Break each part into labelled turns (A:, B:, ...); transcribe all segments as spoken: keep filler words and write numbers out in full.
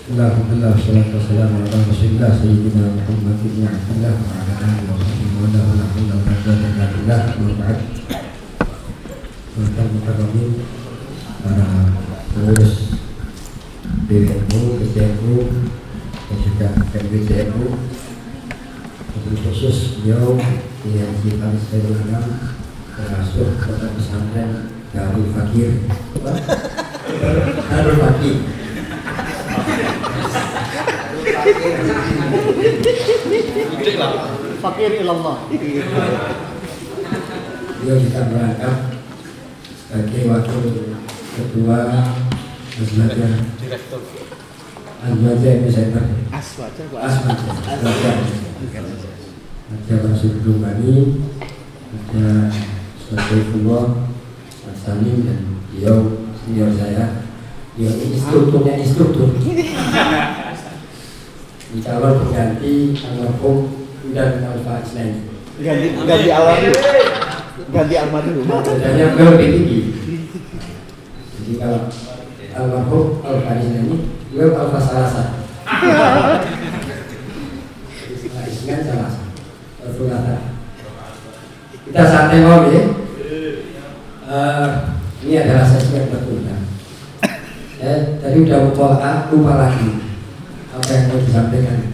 A: Alhamdulillah, wassalatu wassalamu ala rasulillah sayyidina Muhammad ibn Abdillah wa ala alihi wa sahbihi wa la hawla wa la quwwata illa billah wa ba'd. Tuan-tuan mukarramin, para pengurus B W N U, B C N U dan juga K B C N U, khusus beliau yang kita sekalian termasuk kota pesantren Darul Fakir, Darul Fakir.
B: Fakir ilallah.
A: Dia kita berangkat sebagai wakil ketua Aswaja
B: Direktur
A: Aswaja Center
B: Aswaja
A: Aswaja Aswaja ada Rasul Bani, ada Saifullah Salim dan beliau senior saya. Ya, instrukturnya instruktur. Di calon pengganti almarhum dan Alfa Islam.
B: Ganti ganti almarhum. Ganti almarhum.
A: Adanya beliau lebih tinggi. Jadi kalau almarhum Alfa Islam, beliau Alfa Salasa. Islam Salasa. Alfa. Kita santai mau ya. Uh, ini adalah sesi yang berguna. Eh, tadi udah lupa, lupa lagi apa yang mau disampaikan.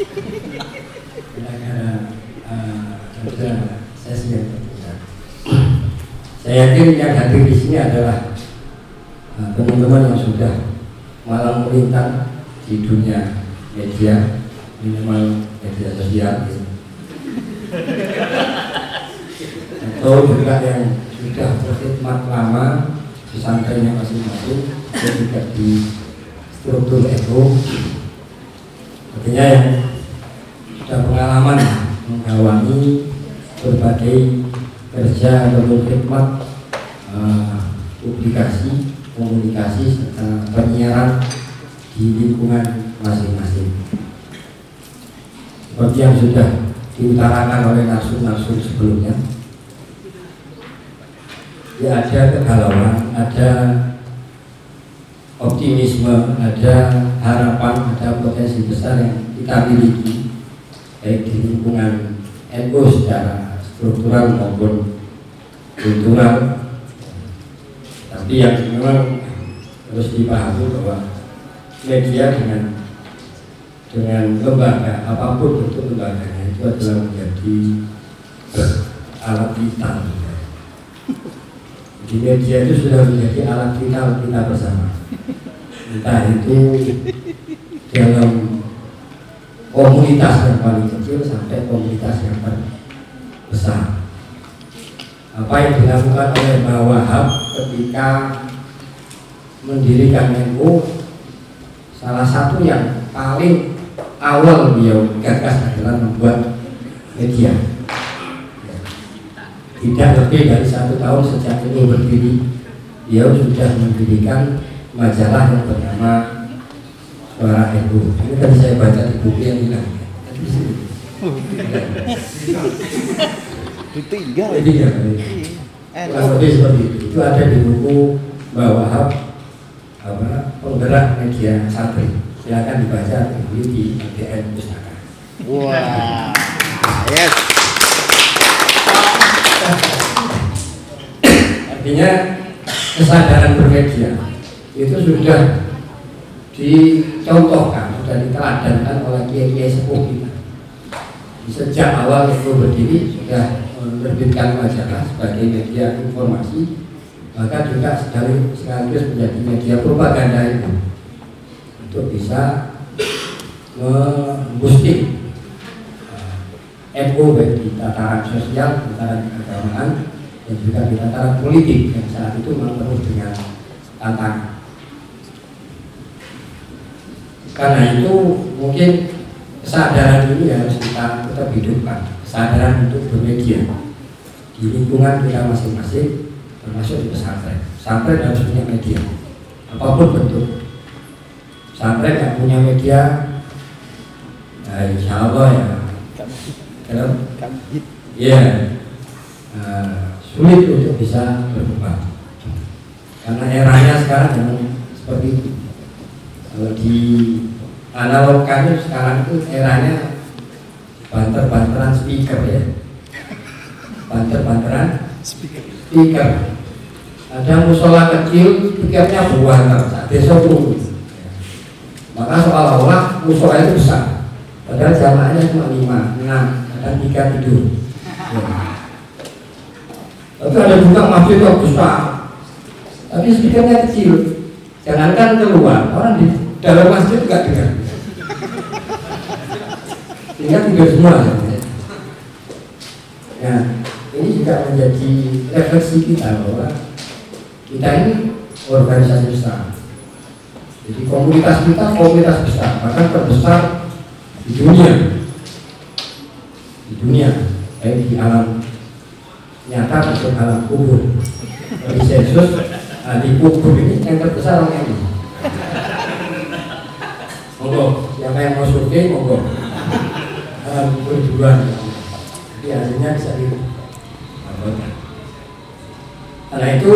A: Karena uh, ada sesi yang berbeda. Saya yakin yang hadir di sini adalah uh, teman-teman yang sudah malam melintang di dunia media, minimal media sosial, gitu. Atau juga yang sudah berkhidmat lama di pesantrennya masing-masing, juga di struktur N U. Artinya yang sudah pengalaman mengawani berbagai kerja atau khidmat uh, publikasi, komunikasi serta penyiaran di lingkungan masing-masing. Seperti yang sudah diutarakan oleh narsum-narsum sebelumnya, ya ada kegalauan, ada optimisme, ada harapan, ada potensi besar yang kita miliki baik di lingkungan N U secara struktural maupun kultural. Tapi yang memang harus dipahami bahwa media dengan dengan lembaga apapun bentuk lembaganya itu adalah menjadi alat vital. Di media itu sudah menjadi alat vital kita bersama. Entah itu dalam komunitas yang paling kecil sampai komunitas yang paling besar. Apa yang dilakukan oleh Mbah Wahab ketika mendirikan N U, salah satu yang paling awal beliau gagas adalah membuat media. Tidak lebih dari satu tahun sejak ini berdiri, beliau sudah mendirikan majalah yang bernama Suara N U. Ini tadi saya baca di buku yang hilang.
B: Ditinggal.
A: Jadi ya, kurang lebih seperti itu. Itu ada di buku Mbah Wahab, apa, penggerak media santri. Silakan dibaca di D N Pustaka.
B: Wah, yes.
A: Artinya kesadaran bermedia itu sudah dicontohkan, sudah diteladankan oleh kiai-kiai sepuh kita. Sejak awal itu berdiri sudah menerbitkan majalah sebagai media informasi, bahkan juga sekaligus menjadi media propaganda itu untuk bisa memboosting N U baik di tataran sosial, tataran keagamaan, dan juga di tataran politik yang saat itu memang penuh dengan tantangan. Karena itu mungkin kesadaran ini harus kita tetap hidupkan, kesadaran untuk bermedia di lingkungan kita masing-masing, termasuk di pesantren. Pesantren harus punya media, apapun bentuk. Pesantren yang punya media, nah, insya Allah ya, kalau ya uh, sulit untuk bisa berkembang. Karena eranya sekarang memang seperti itu. Kalau di analog kan sekarang itu eranya banter-banteran speaker ya, banter-banteran speaker. Ada musola kecil, speakernya buanter, saat desa pun. Maka seolah-olah musola itu besar, padahal jamaahnya cuma lima, enam, dan tiga tidur. Ya. Tapi ada juga masjid yang besar, tapi speakernya kecil. Jangankan keluar, orang di dalam masjid juga dengar. Sehingga tidur semua. Nah, ini juga menjadi refleksi kita bahwa kita ini organisasi besar. Jadi komunitas kita komunitas besar, bahkan terbesar di dunia. Di dunia, baik di alam nyata maupun alam kubur. Bagi Yesus, di kubur ini yang terbesar orang ini. Monggo, siapa yang mau survei, monggo. Alam kubur duluan. Jadi hasilnya bisa dilakukan. Karena itu,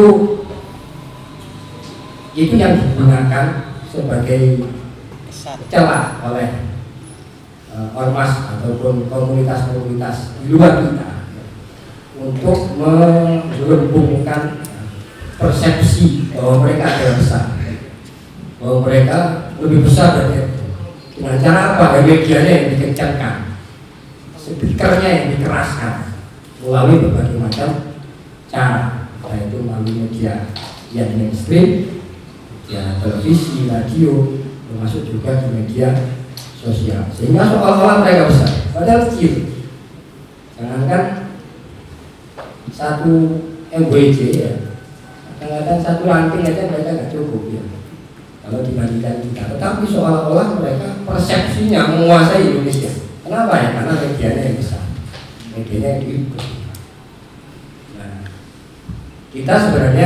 A: itu yang digunakan sebagai celah oleh uh, ormas ataupun komunitas-komunitas di luar kita untuk melumpuhkan persepsi bahwa mereka adalah besar, bahwa mereka lebih besar dari itu. Dengan cara apa? Ya, medianya yang dikencangkan, speakernya yang dikeraskan melalui berbagai macam cara, yaitu melalui media yang mainstream, ya televisi, radio, termasuk juga di media sosial, sehingga seolah-olah mereka besar, padahal kecil. Jangankan satu M W C ya, kadang-kadang satu ranting aja mereka nggak cukup ya, kalau dibandingkan kita. Tetapi seolah-olah mereka persepsinya menguasai Indonesia. Kenapa ya? Karena medianya yang besar, medianya yang diikut. Nah, kita sebenarnya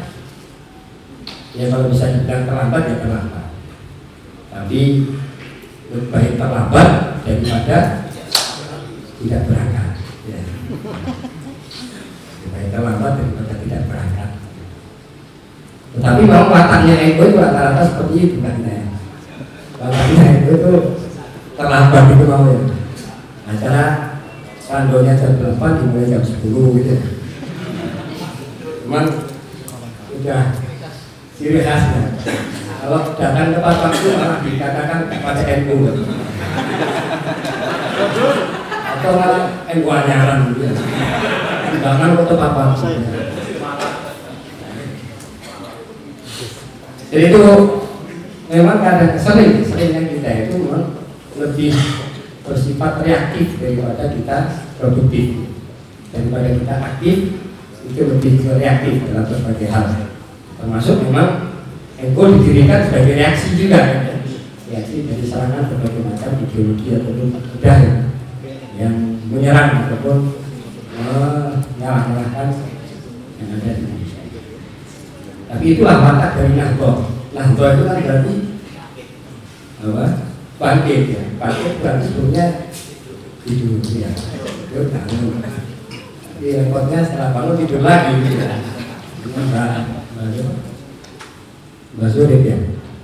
A: ya kalau bisa dibilang terlambat ya terlambat, tapi lebih baik terlambat daripada tidak berangkat ya. Lebih baik terlambat daripada tidak berangkat. Tetapi kalau wataknya ego itu rata-rata seperti itu kan ya. Wataknya ego itu terlambat itu mau ya. Acara sandonya jam delapan dimulai jam sepuluh gitu. Cuman udah ciri khasnya. Kalau datang tepat waktu malah dikatakan kepada N U atau malah N U anyaran gitu. Jangan kok tepat waktu. Jadi itu memang kadang sering seringnya kita itu memang lebih bersifat reaktif daripada kita produktif. Daripada kita aktif itu lebih reaktif dalam berbagai hal. Termasuk memang ego didirikan sebagai reaksi juga ya. Reaksi dari serangan berbagai macam ideologi ataupun budaya yang menyerang ataupun menyalahkan yang ada di Indonesia. Tapi itulah watak dari Nahdlatul. Nahdlatul itu kan berarti apa? Bangkit ya. Bangkit berarti sebelumnya tidur ya. Tidur bangun. Tapi repotnya setelah bangun tidur lagi gitu ya. Basurip ya.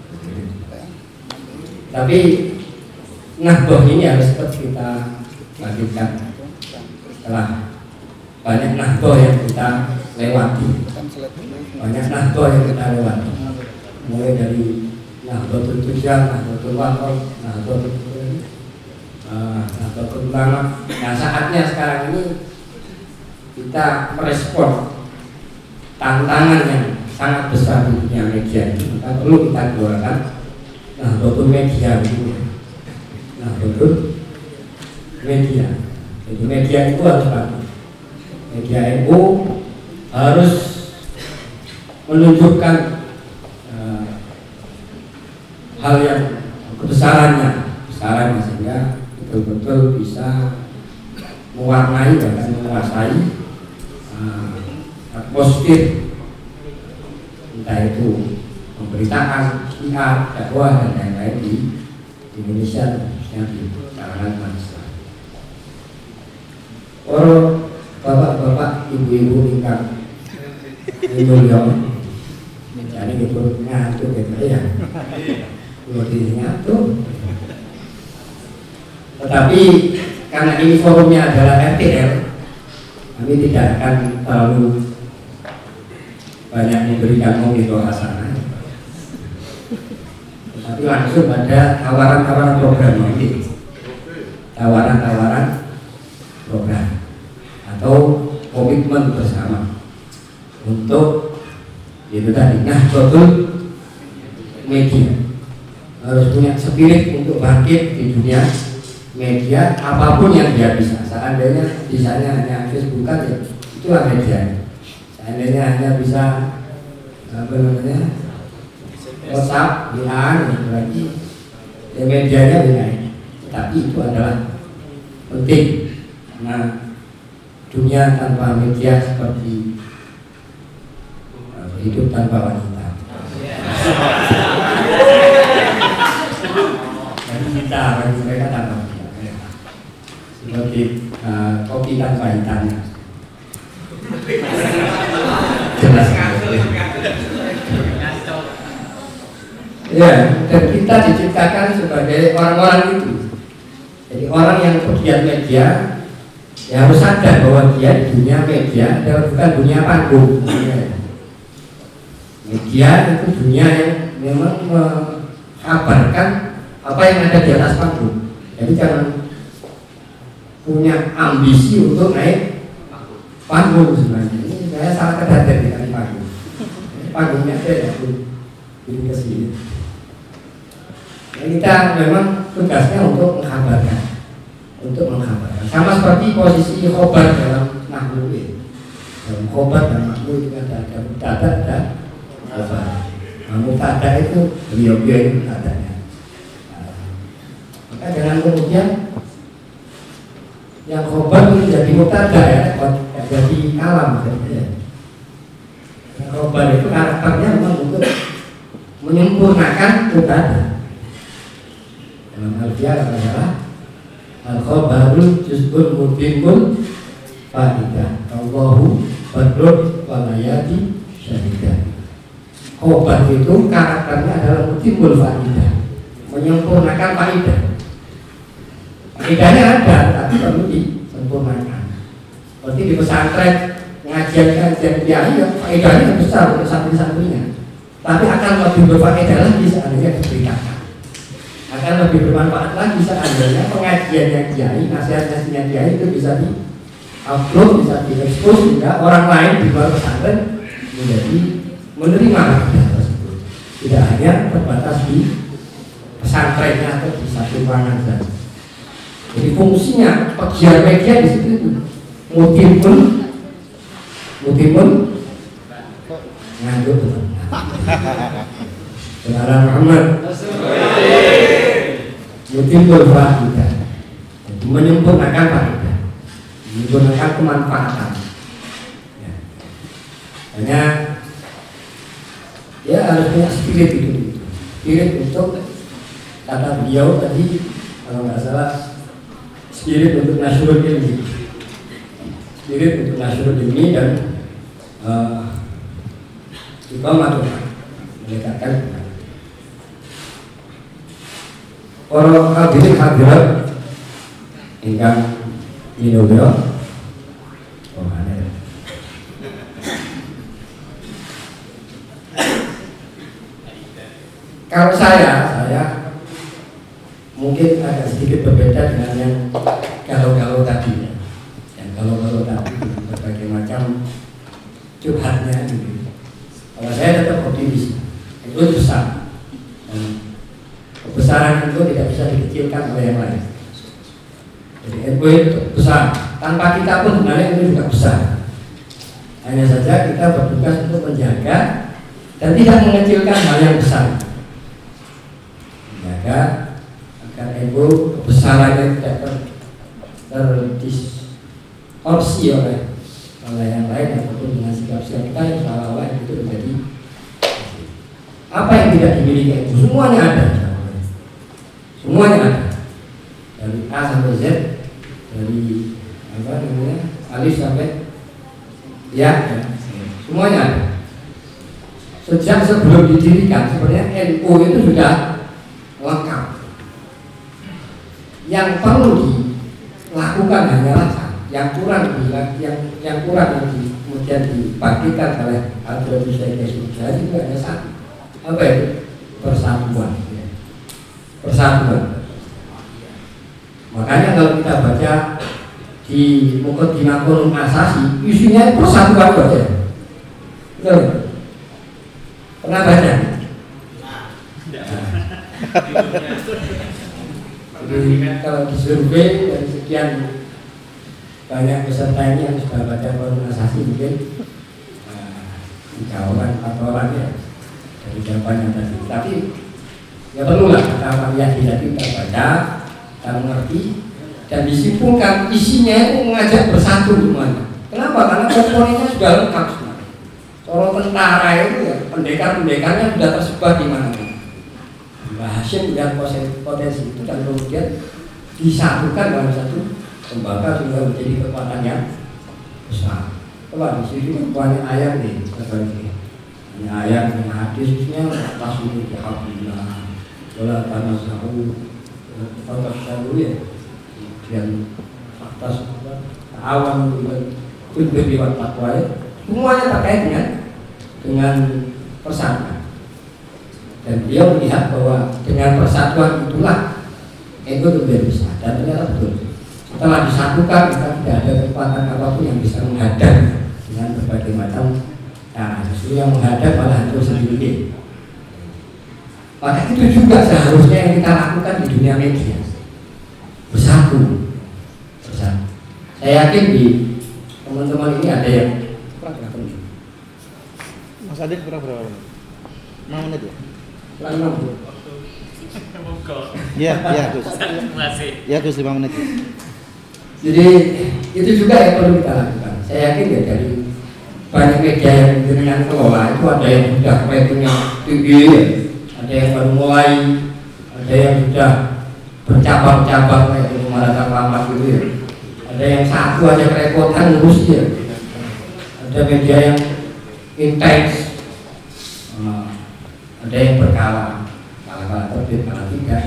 A: Tapi Nahdlatul ini harus tetap kita lanjutkan setelah banyak Nahdlatul yang kita lewati, banyak Nahdlatul yang kita lewati, mulai dari Nahdlatul Tujah, Nahdlatul Wathon, Nahdlatul uh, Nahdlatul Ulama. Nah saatnya sekarang ini kita merespon tantangan yang sangat besar di dunia media ini, maka perlu kita keluarkan Nahdlatul Media ini. Nahdlatul Media. Jadi media itu harus bagus. Media N U harus menunjukkan uh, hal yang kebesarannya, besarannya sehingga betul-betul bisa mewarnai bahkan menguasai uh, atmosfer, entah itu pemberitaan, syiar, dakwah dan lain-lain di Indonesia, khususnya di kalangan manusia. Orang bapak-bapak, ibu-ibu ingkang mulya, jadi gitu ngantuk gitu ya, kalau di ngantuk, Tetapi karena ini forumnya adalah R T L, kami tidak akan terlalu banyak memberikan monggo hasanah, tetapi langsung pada tawaran-tawaran program ini, tawaran-tawaran program atau komitmen bersama untuk itu tadi. Nah, betul media harus punya spirit untuk bangkit di dunia media, apapun yang dia bisa. Seandainya bisanya hanya Facebookan, ya itulah media. Seandainya hanya bisa apa namanya WhatsApp, W A, lagi ya medianya W A. Tapi itu adalah penting karena dunia tanpa media seperti uh, hidup tanpa wanita. Bagi kita, bagi mereka tanpa wanita, seperti uh, kopi tanpa hitamnya. Jelas. Ya, dan kita diciptakan sebagai orang-orang itu. Jadi orang yang pegiat media ya harus sadar bahwa dia di dunia media adalah bukan dunia panggung. Media itu dunia yang memang mengkabarkan apa yang ada di atas panggung. Jadi jangan punya ambisi untuk naik panggung sebenarnya. Ini saya salah kedatangan di kali panggung. Panggungnya saya ini ke sini. Kita memang tugasnya untuk mengkabarkan, untuk mengkabarkan. Sama seperti posisi khobar dalam nahwu. Dalam khobar dan nahwu itu ada ada mubtada dan khobar. Nah, mubtada itu beliau-beliau ini mubtadanya. Maka jangan kemudian yang khobar itu jadi mubtada ya, jadi alam ya. Yang khobar itu karakternya memang untuk menyempurnakan mubtada. Dalam harfiah adalah al-khabaru juz'un mutimul fa'idah Allahu badrun walayati syahidah. Khobar itu karakternya adalah mutimul fa'idah, menyempurnakan fa'idah. Faidahnya ada, tapi perlu disempurnakan. Seperti di pesantren ngajian-ngajian kiai, faidahnya besar untuk santri-santrinya, tapi akan lebih berfaedah lagi seandainya diberitakan. Akan lebih bermanfaat lagi seandainya pengajiannya kiai, nasihat-nasihatnya kiai itu bisa di-upload, bisa diekspos sehingga orang lain di luar pesantren menjadi menerima hal tersebut. Tidak hanya terbatas di pesantrennya atau di satu ruangan saja. Jadi fungsinya pegiat media di situ itu mutimun, mutimun ngandung Saudara Muhammad Mutimbul fa'idah, menyempurnakan fa'idah, menyempurnakan kemanfaatan ya. Hanya ya harus punya spirit itu, spirit untuk kata beliau tadi kalau nggak salah, spirit untuk nasyurul ilmi, spirit untuk nasyurul ilmi dan uh, juga matukan mendekatkan para hadirin hadirat ingkang minulya. Oh, aneh. Kalau saya, saya mungkin agak sedikit berbeda dengan yang galau-galau tadi ya. Yang galau-galau tadi berbagai macam curhatnya gitu. Kalau saya tetap optimis, itu besar. Dan kebesaran itu tidak bisa dikecilkan oleh yang lain. Jadi N U itu besar. Tanpa kita pun sebenarnya itu juga besar. Hanya saja kita bertugas untuk menjaga dan tidak mengecilkan hal yang besar. Menjaga agar N U kebesarannya tidak ter, terdistorsi oleh oleh yang lain ataupun dengan sikap-sikap kita yang salah itu menjadi apa yang tidak dimiliki itu semuanya ada. Semuanya ada, dari A sampai Z, dari apa namanya alif sampai ya, ya. Semuanya ada. Sejak sebelum didirikan, sebenarnya N U itu sudah lengkap. yang perlu dilakukan hanyalah yang kurang yang yang kurang yang di, kemudian dibagikan oleh Al-Quran itu hanya satu, apa itu? Persatuan, ya. Persatuan. Makanya kalau kita baca di Muqaddimah Qur'an Asasi, isinya persatuan saja. Betul? Pernah baca? Jadi kalau disurvei dari sekian banyak peserta ini yang sudah baca Qur'an Asasi mungkin uh, jawaban atau orangnya dari jawabannya tadi. Tapi ya perlulah kata Pak Yadi tadi kita baca, kita mengerti dan disimpulkan isinya itu mengajak bersatu semuanya. Kenapa? Karena komponennya sudah lengkap semua. Kalau tentara itu ya pendekar-pendekarnya sudah tersebar di mana-mana. Mbah Hashim melihat potensi itu dan kemudian disatukan dalam satu lembaga sehingga menjadi kekuatan yang besar. Coba di sini banyak ayat nih, seperti ini ayat yang hadisnya atas ini dihabillah, wala tanasahu, atas selalu ya, kemudian atas awan dengan kulbir diwat takwa, semuanya terkait dengan dengan persatuan. Dan beliau melihat bahwa dengan persatuan itulah ego menjadi besar dan ternyata betul. Setelah disatukan maka tidak ada kekuatan apapun yang bisa menghadang dengan berbagai macam cara. Justru yang menghadang malah hancur sendiri. Maka itu juga seharusnya yang kita lakukan di dunia media. Bersatu, bersatu. Saya yakin di teman-teman ini ada yang kurang berapa menit.
B: Mas Adit kurang berapa menit? enam menit ya?
A: Kurang enam menit.
B: Iya, iya Gus. Iya Gus lima menit.
A: Jadi itu juga yang perlu kita lakukan. Saya yakin ya dari banyak media yang dengan kelola itu ada yang sudah ratingnya tinggi, ada yang baru mulai, ada yang sudah bercabang-cabang kayak di Muara Lama gitu ya. Ada yang satu aja kerepotan ngurus ya. Ada media yang intens, ada yang berkala, kala-kala terbit, kala tidak.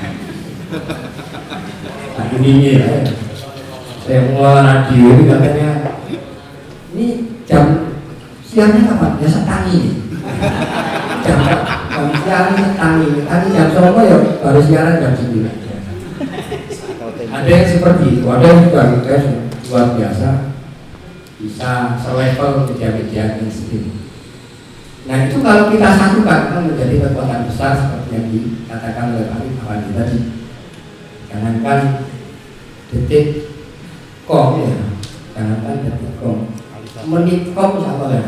A: Nah ini ya. Saya mengelola radio ini katanya ini jam siangnya kapan? Ya setang ini jam, jam siangnya setang ini tadi jam songo ya baru siaran jam sembilan. Ada yang seperti itu, ada yang juga guys luar biasa bisa selevel media-media yang sendiri. Nah itu kalau kita satukan kan menjadi kekuatan besar seperti yang dikatakan oleh Pak Ibu tadi. Jangankan detik kom ya, jangankan detik kom, menit kom apa ya?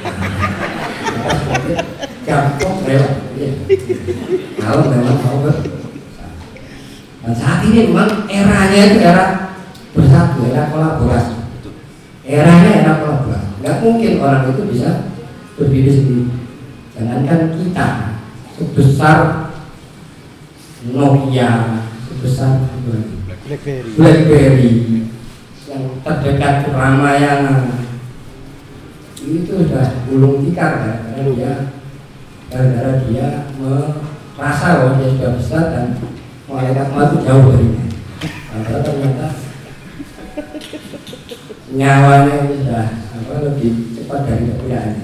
A: Jam kom lewat, ya. Kalau memang mau ber. Dan saat ini memang eranya itu era bersatu, era kolaborasi. Eranya era kolaborasi. Nggak mungkin orang itu bisa berdiri sendiri. Jangankan kita sebesar Nokia, sebesar
B: BlackBerry.
A: BlackBerry yang terdekat Ramayana itu sudah gulung tikar ya, karena dia gara-gara dia merasa bahwa dia sudah besar dan malaikat maut jauh darinya. Nah, ternyata nyawanya itu sudah apa, lebih cepat dari kepunyaan.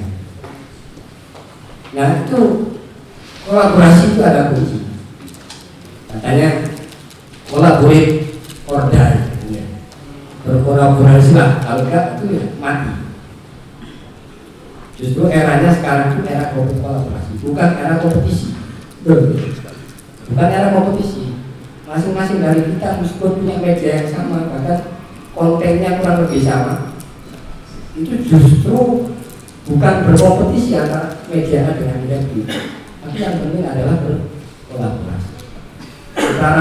A: Nah itu kolaborasi itu ada kunci. Katanya kolaborate or die. Berkolaborasi lah, kalau enggak itu ya mati. Justru eranya sekarang itu era kolaborasi, bukan era kompetisi. Bukan era kompetisi. Masing-masing dari kita meskipun punya media yang sama, bahkan kontennya kurang lebih sama, itu justru bukan berkompetisi antara media dengan media itu, tapi yang penting adalah berkolaborasi. Antara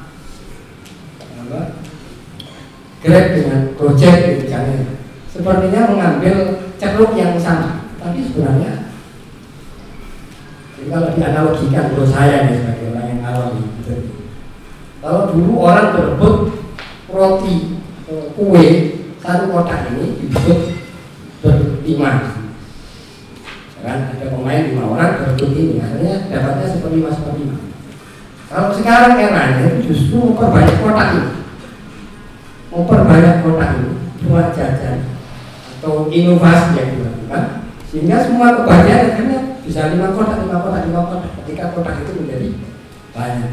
A: apa, Grab dengan Gojek misalnya, sepertinya mengambil ceruk yang sama, tapi sebenarnya jadi kalau dianalogikan menurut saya nih sebagai orang yang awam gitu, kalau dulu orang berebut roti kue satu kotak ini disebut berlima. Kan ada pemain lima orang berebut ini, akhirnya dapatnya seperlima seperlima. Kalau sekarang eranya itu justru memperbanyak kotak ini, memperbanyak kotak ini, cuma jajan atau inovasi yang dilakukan, sehingga semua kebahagiaan akhirnya bisa lima kotak, lima kotak, lima kotak. Ketika kotak itu menjadi banyak.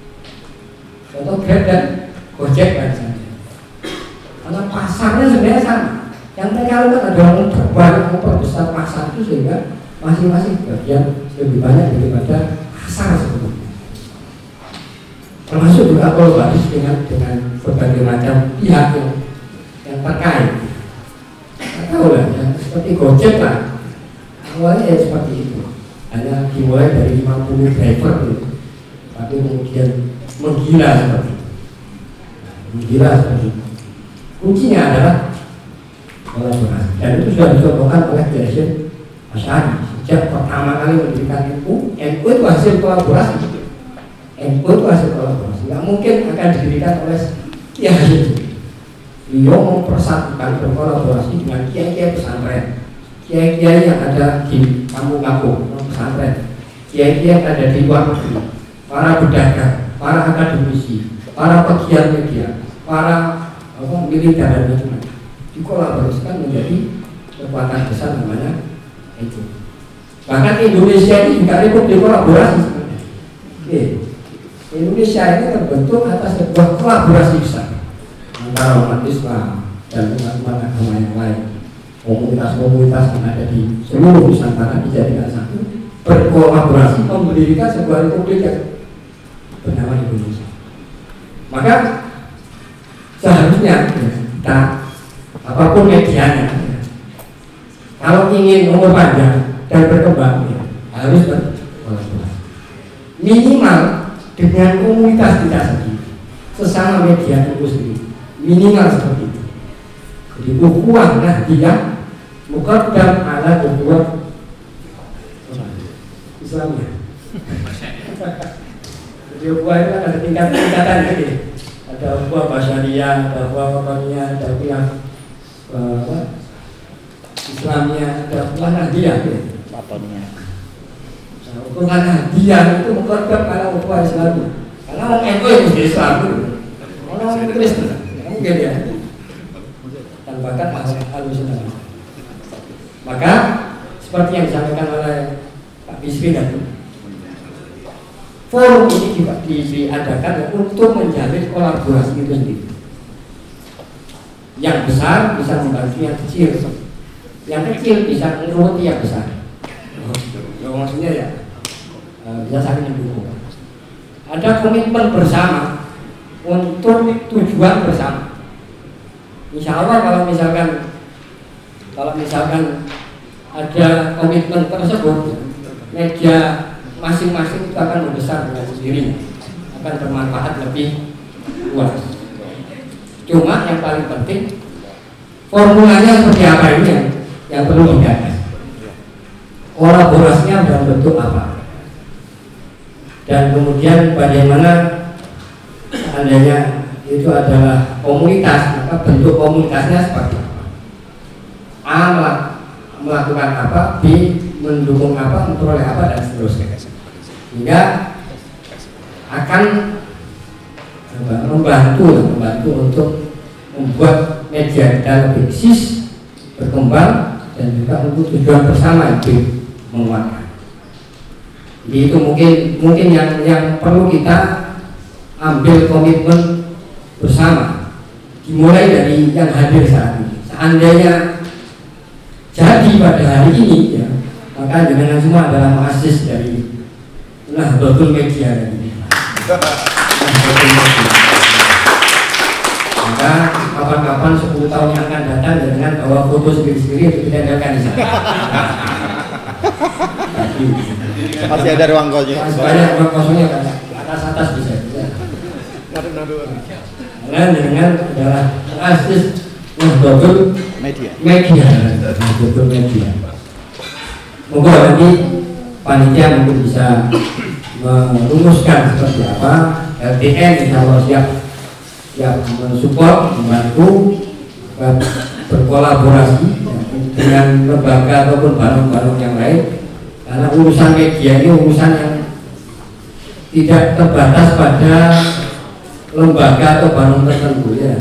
A: Contoh Grab dan Gojek kan saja. Karena pasarnya sebenarnya sama. Yang mereka lakukan adalah memperbanyak, memperbesar pasar itu sehingga masing-masing bagian lebih banyak daripada pasar sebetulnya. Termasuk juga kolaborasi dengan dengan berbagai macam pihak yang yang terkait. Tahu lah, ya, seperti Gojek lah. Awalnya ya seperti itu. Hanya dimulai dari lima puluh driver gitu. Tapi kemudian menggila seperti itu. Menggila seperti itu. Kuncinya adalah kolaborasi. Dan itu sudah dicontohkan oleh Yasin Asy'ari sejak pertama kali mendirikan N U. N U itu hasil kolaborasi. N U itu hasil kolaborasi. Nggak mungkin akan didirikan oleh Kiai. Beliau mempersatukan berkolaborasi dengan kiai-kiai pesantren, kiai-kiai yang ada di kampung-kampung pesantren, kiai-kiai yang ada di luar negeri, para pedagang, para akademisi, para pegiat media, para apa, militer dan macam-macam dikolaborasikan menjadi kekuatan besar namanya itu. Bahkan Indonesia ini juga republik kolaborasi sebenarnya. Oke. Indonesia ini terbentuk atas sebuah kolaborasi besar antara umat Islam dan umat-umat agama yang lain, komunitas-komunitas yang ada di seluruh Nusantara dijadikan satu, berkolaborasi mendirikan sebuah republik yang bernama Indonesia. Maka seharusnya kita apapun medianya, kalau ingin umur panjang dan berkembang, ya, harus berkolaborasi minimal dengan komunitas kita sendiri, sesama media itu sendiri, minimal seperti itu. Jadi ukuran nah dia muqaddam ala ukuran Islamnya. Jadi ukuran itu ada tingkat-tingkatan gitu. Ada ukuran basyariah, ada ukuran wataniyah, ada ukuran apa? Islamnya, ada ukuran nahdiyah gitu.
B: Wataniyah.
A: Ukuran hadiah itu muqaddam ala ukuran Islamnya. Karena orang N U itu Islam itu, orang Kristen, mungkin ya. Dan bahkan al-Muslim. Maka seperti yang disampaikan oleh Pak Bisri tadi, forum ini juga diadakan untuk menjalin kolaborasi itu sendiri. Yang besar bisa membantu yang kecil, yang kecil bisa menuruti yang besar. Oh, maksudnya ya bisa saling mendukung. Ada komitmen bersama untuk tujuan bersama. Insya Allah kalau misalkan kalau misalkan ada komitmen tersebut, media masing-masing itu akan membesar dengan sendirinya, akan bermanfaat lebih luas. Cuma yang paling penting formulanya seperti apa ini yang, yang perlu digagas. Kolaborasinya dalam bentuk apa? Dan kemudian bagaimana seandainya itu adalah komunitas, maka bentuk komunitasnya seperti apa? A melakukan apa, B mendukung apa, memperoleh apa, dan seterusnya. Sehingga akan membantu, membantu untuk membuat media kita lebih eksis, berkembang, dan juga untuk tujuan bersama itu menguatkan. Jadi itu mungkin mungkin yang yang perlu kita ambil komitmen bersama, dimulai dari yang hadir saat ini. Seandainya jadi pada hari ini, ya, maka dengan semua adalah muassis dari Nahdlatul Media ini. Maka kapan-kapan sepuluh tahun yang akan datang dengan bawa foto sendiri-sendiri untuk kita tinggalkan di sana.
B: Masih ada ruang kosong.
A: Banyak ruang kosongnya kan, atas-atas bisa. Karena dengan adalah muassis Nahdlatul
B: Media.
A: Media, Nahdlatul Media. Moga nanti panitia mungkin bisa merumuskan seperti apa. L T N insya Allah siap siap mensupport, membantu, berkolaborasi dengan lembaga ataupun barang-barang yang lain. Karena urusan media ini urusan yang tidak terbatas pada lembaga atau bangun tertentu ya.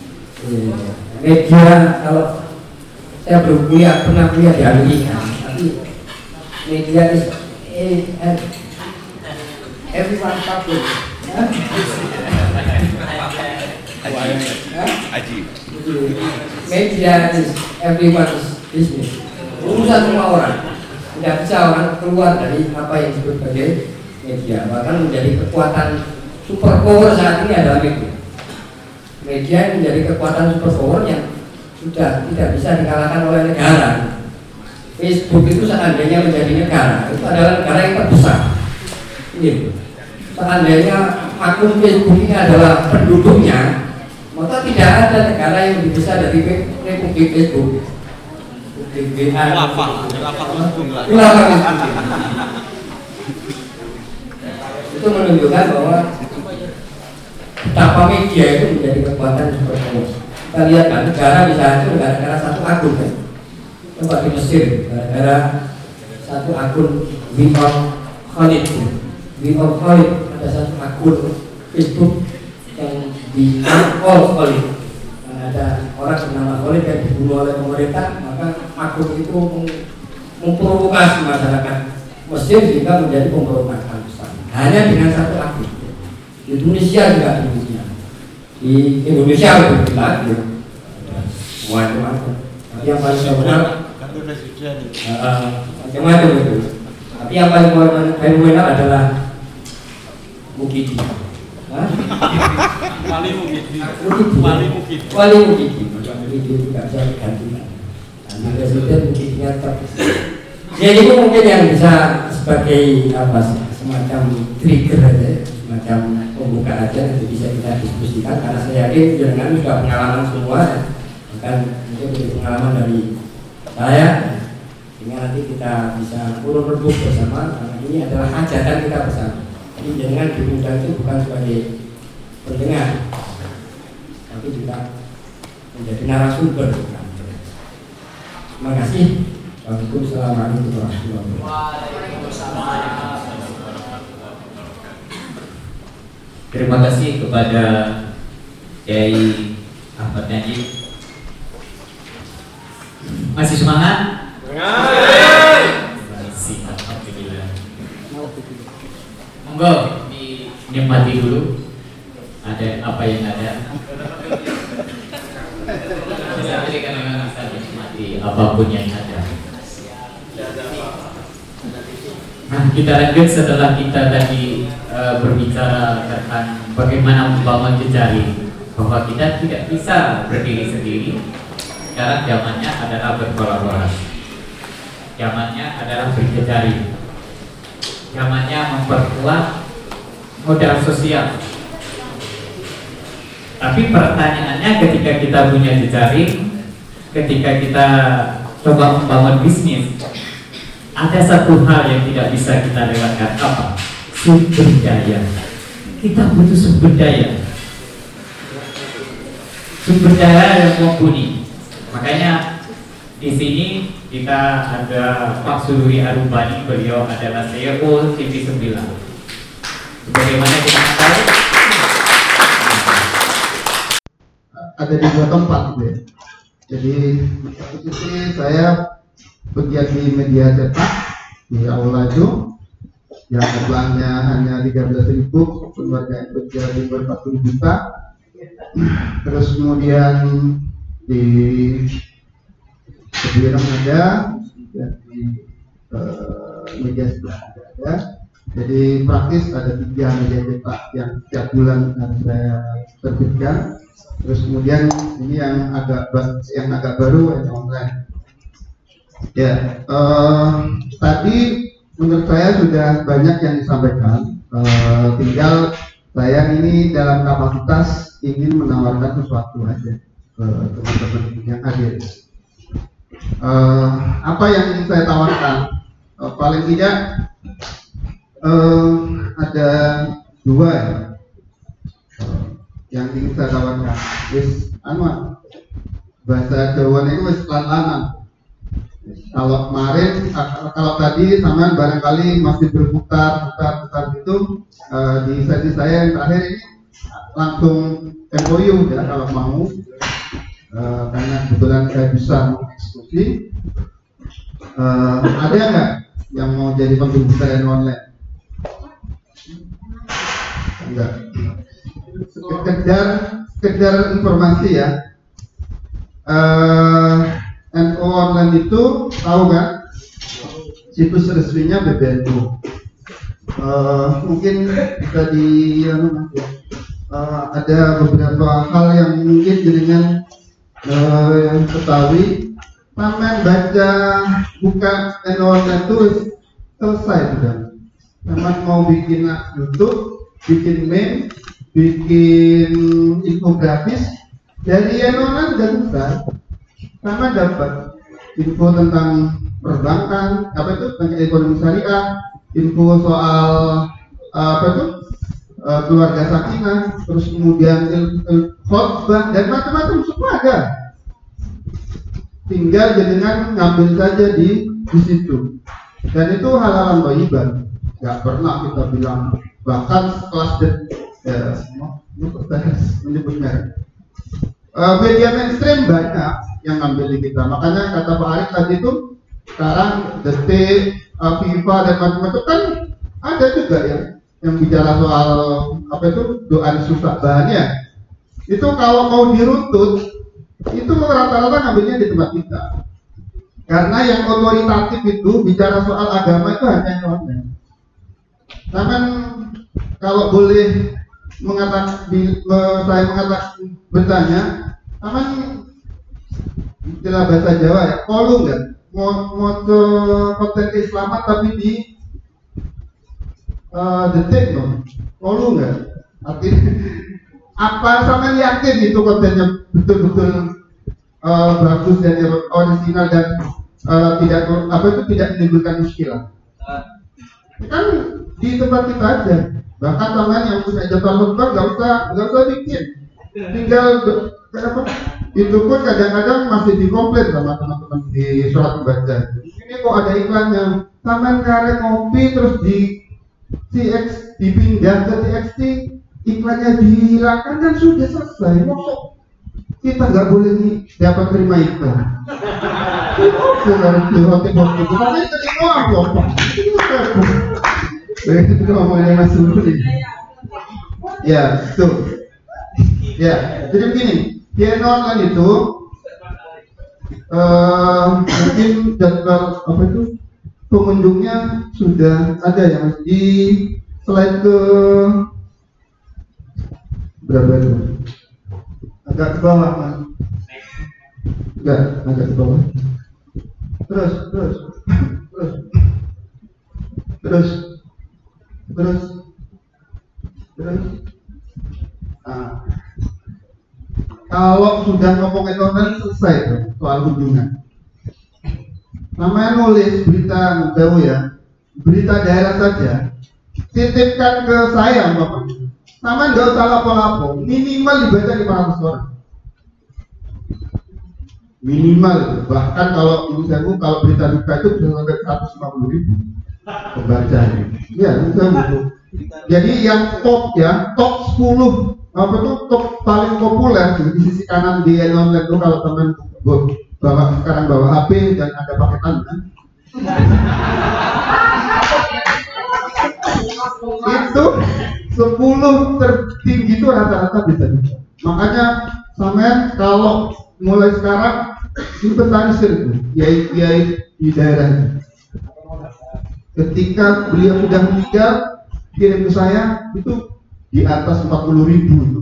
A: Media, kalau saya belum kuliah, pernah kuliah di Amerika, tapi media is eh, eh, everyone public. Media is everyone's business. Urusan semua orang. Tidak bisa orang keluar dari apa yang disebut sebagai media. Bahkan menjadi kekuatan super power saat ini adalah media. Media menjadi kekuatan super power yang sudah tidak bisa dikalahkan oleh negara. Facebook itu seandainya menjadi negara, itu adalah negara yang terbesar. Ini, seandainya akun Facebook ini adalah penduduknya, maka tidak ada negara yang lebih besar dari Republik Facebook. Itu menunjukkan bahwa betapa media itu menjadi kekuatan super power. Kita lihat kan, negara bisa hancur gara-gara satu akun kan. Coba di Mesir, gara-gara satu akun Wimon Khalid. Wimon Khalid ada satu akun Facebook yang di all Khalid. Ada orang bernama Khalid yang dibunuh oleh pemerintah, maka akun itu memprovokasi masyarakat Mesir sehingga menjadi pemberontakan besar. Hanya dengan satu akun. Di Indonesia juga demikian. Di Indonesia lebih lagi, macam-macam. Tapi yang paling terkenal macam-macam itu. Tapi yang paling fenomenal adalah Mukidi.
C: Wali Mukidi.
A: Wali Mukidi. Wali Mukidi. Mukidi itu tidak bisa digantikan. Nanti presiden Mukidinya tetap. Jadi itu mungkin yang bisa sebagai apa semacam trigger aja, semacam pembuka aja nanti bisa kita diskusikan karena saya yakin jangan sudah pengalaman semua ya. Bahkan mungkin dari pengalaman dari saya sehingga nanti kita bisa urut rebus bersama karena ini adalah hajatan kita bersama. Jadi jangan diundang itu bukan sebagai pendengar tapi juga menjadi narasumber. Terima kasih. Assalamualaikum warahmatullahi wabarakatuh.
D: Terima kasih kepada Kiai Ahmad Najib. Masih semangat? Masih, alhamdulillah. Monggo dinikmati dulu. Ada apa yang ada. Jadi kan memang bisa dinikmati apapun yang ada. Nah, kita lanjut setelah kita tadi e, berbicara tentang bagaimana membangun jejaring, bahwa kita tidak bisa berdiri sendiri. Sekarang zamannya adalah berkolaborasi, zamannya adalah berjejaring, zamannya memperkuat modal sosial. Tapi pertanyaannya ketika kita punya jejaring, ketika kita coba membangun bisnis, ada satu hal yang tidak bisa kita lewatkan, apa? Sumber daya. Kita butuh sumber daya. Sumber daya yang mumpuni. Makanya di sini kita ada Pak Sururi Arubani, beliau adalah C E O T V sembilan. Bagaimana kita tahu?
B: Ada di dua tempat gitu ya. Jadi di satu sisi saya begiat di media cetak di Aula itu yang jumlahnya hanya tiga belas ribu, keluarga yang kerja di empat puluh juta. Terus kemudian di Sebilang ada, dan di uh, media sebelah ada. Jadi praktis ada tiga media cetak yang setiap bulan saya terbitkan. Terus kemudian ini yang agak yang agak baru yang online. Ya, uh, tadi menurut saya sudah banyak yang disampaikan. Uh, tinggal saya ini dalam kapasitas ingin menawarkan sesuatu aja ke teman-teman yang hadir. Uh, apa yang ingin saya tawarkan? Uh, paling tidak uh, ada dua ya. Uh, yang ingin saya tawarkan. Wis, anu bahasa Jawa ini wis lan-lanan. Kalau kemarin, kalau tadi sampean barangkali masih berputar, putar, putar gitu uh, di sesi saya yang terakhir ini langsung M O U ya kalau mau, uh, karena kebetulan saya bisa mengeksekusi. Uh, ada nggak yang mau jadi kontributor online? Enggak. Sekedar, sekedar informasi ya. Uh, N O online itu tahu kan situs resminya B B N U. Uh, mungkin bisa di uh, ada beberapa hal yang mungkin dengan uh, ketahui. Sampai baca buka N O online itu selesai sudah. Sampai mau bikin YouTube, bikin meme, bikin infografis dari N O online sudah selesai. Sama dapat info tentang perbankan, apa itu tentang ekonomi syariah, info soal apa itu uh, keluarga sakinah, terus kemudian khotbah dan macam-macam semua ada. Tinggal dengan ngambil saja di di situ. Dan itu hal-hal thayyibah. Nggak pernah kita bilang, bahkan kelas dan ya, menyebutnya. Uh, media mainstream banyak yang ngambil di kita, makanya kata Pak Arif tadi itu sekarang Detik, uh, FIFA dan macam-macam kan ada juga ya yang bicara soal apa itu doa susah bahannya. Itu kalau mau diruntut itu rata-rata ngambilnya di tempat kita, karena yang otoritatif itu bicara soal agama itu hanya online. Namun kalau boleh mengatakan, saya mengatakan bertanya, namun istilah bahasa Jawa ya, kolu nggak? Mau mau konten keislaman tapi di uh, detik dong, kolu nggak? Artinya apa sama yakin itu kontennya betul-betul uh, bagus dan original dan uh, tidak apa itu tidak menimbulkan muskilah? Kan di tempat kita aja. Bahkan teman yang punya jadwal khutbah nggak usah nggak usah bikin, tinggal kenapa? Itu pun kadang-kadang masih dikomplain sama teman-teman di surat membaca. Ini kok ada iklannya, taman karek kopi terus di C X dipindah ke T X T, iklannya dihilangkan kan sudah selesai. Maksud kita nggak boleh nih dapat terima iklan. Itu harus dihoti-hoti. Tapi itu doang loh. Itu ngomongnya Mas Budi. Ya, tuh. Ya, jadi begini. Di online itu uh, mungkin daftar apa itu pengunjungnya sudah ada ya Mas di slide ke berapa itu? Agak ke bawah Mas. Enggak, agak ke bawah. Terus, terus, terus, terus, terus, terus. Ah. Kalau sudah ngomongin online selesai tuh soal kunjungan. Namanya nulis berita jauh ya, berita daerah saja. Titipkan ke saya Bapak. Nama nggak usah lapo-lapo, minimal dibaca lima ratus orang. Minimal, bahkan kalau ibu saya kalau berita duka itu bisa sampai seratus lima puluh ribu pembacanya. Ya, itu butuh. Jadi yang top ya, top sepuluh apa itu top paling populer di sisi kanan di online itu kalau teman bawa sekarang bawa H P dan ada paketannya itu sepuluh tertinggi itu rata-rata bisa juga. Makanya sampean kalau mulai sekarang inventarisir itu kiai-kiai di daerahnya. Ketika beliau sudah meninggal kirim ke saya itu di atas empat puluh ribu itu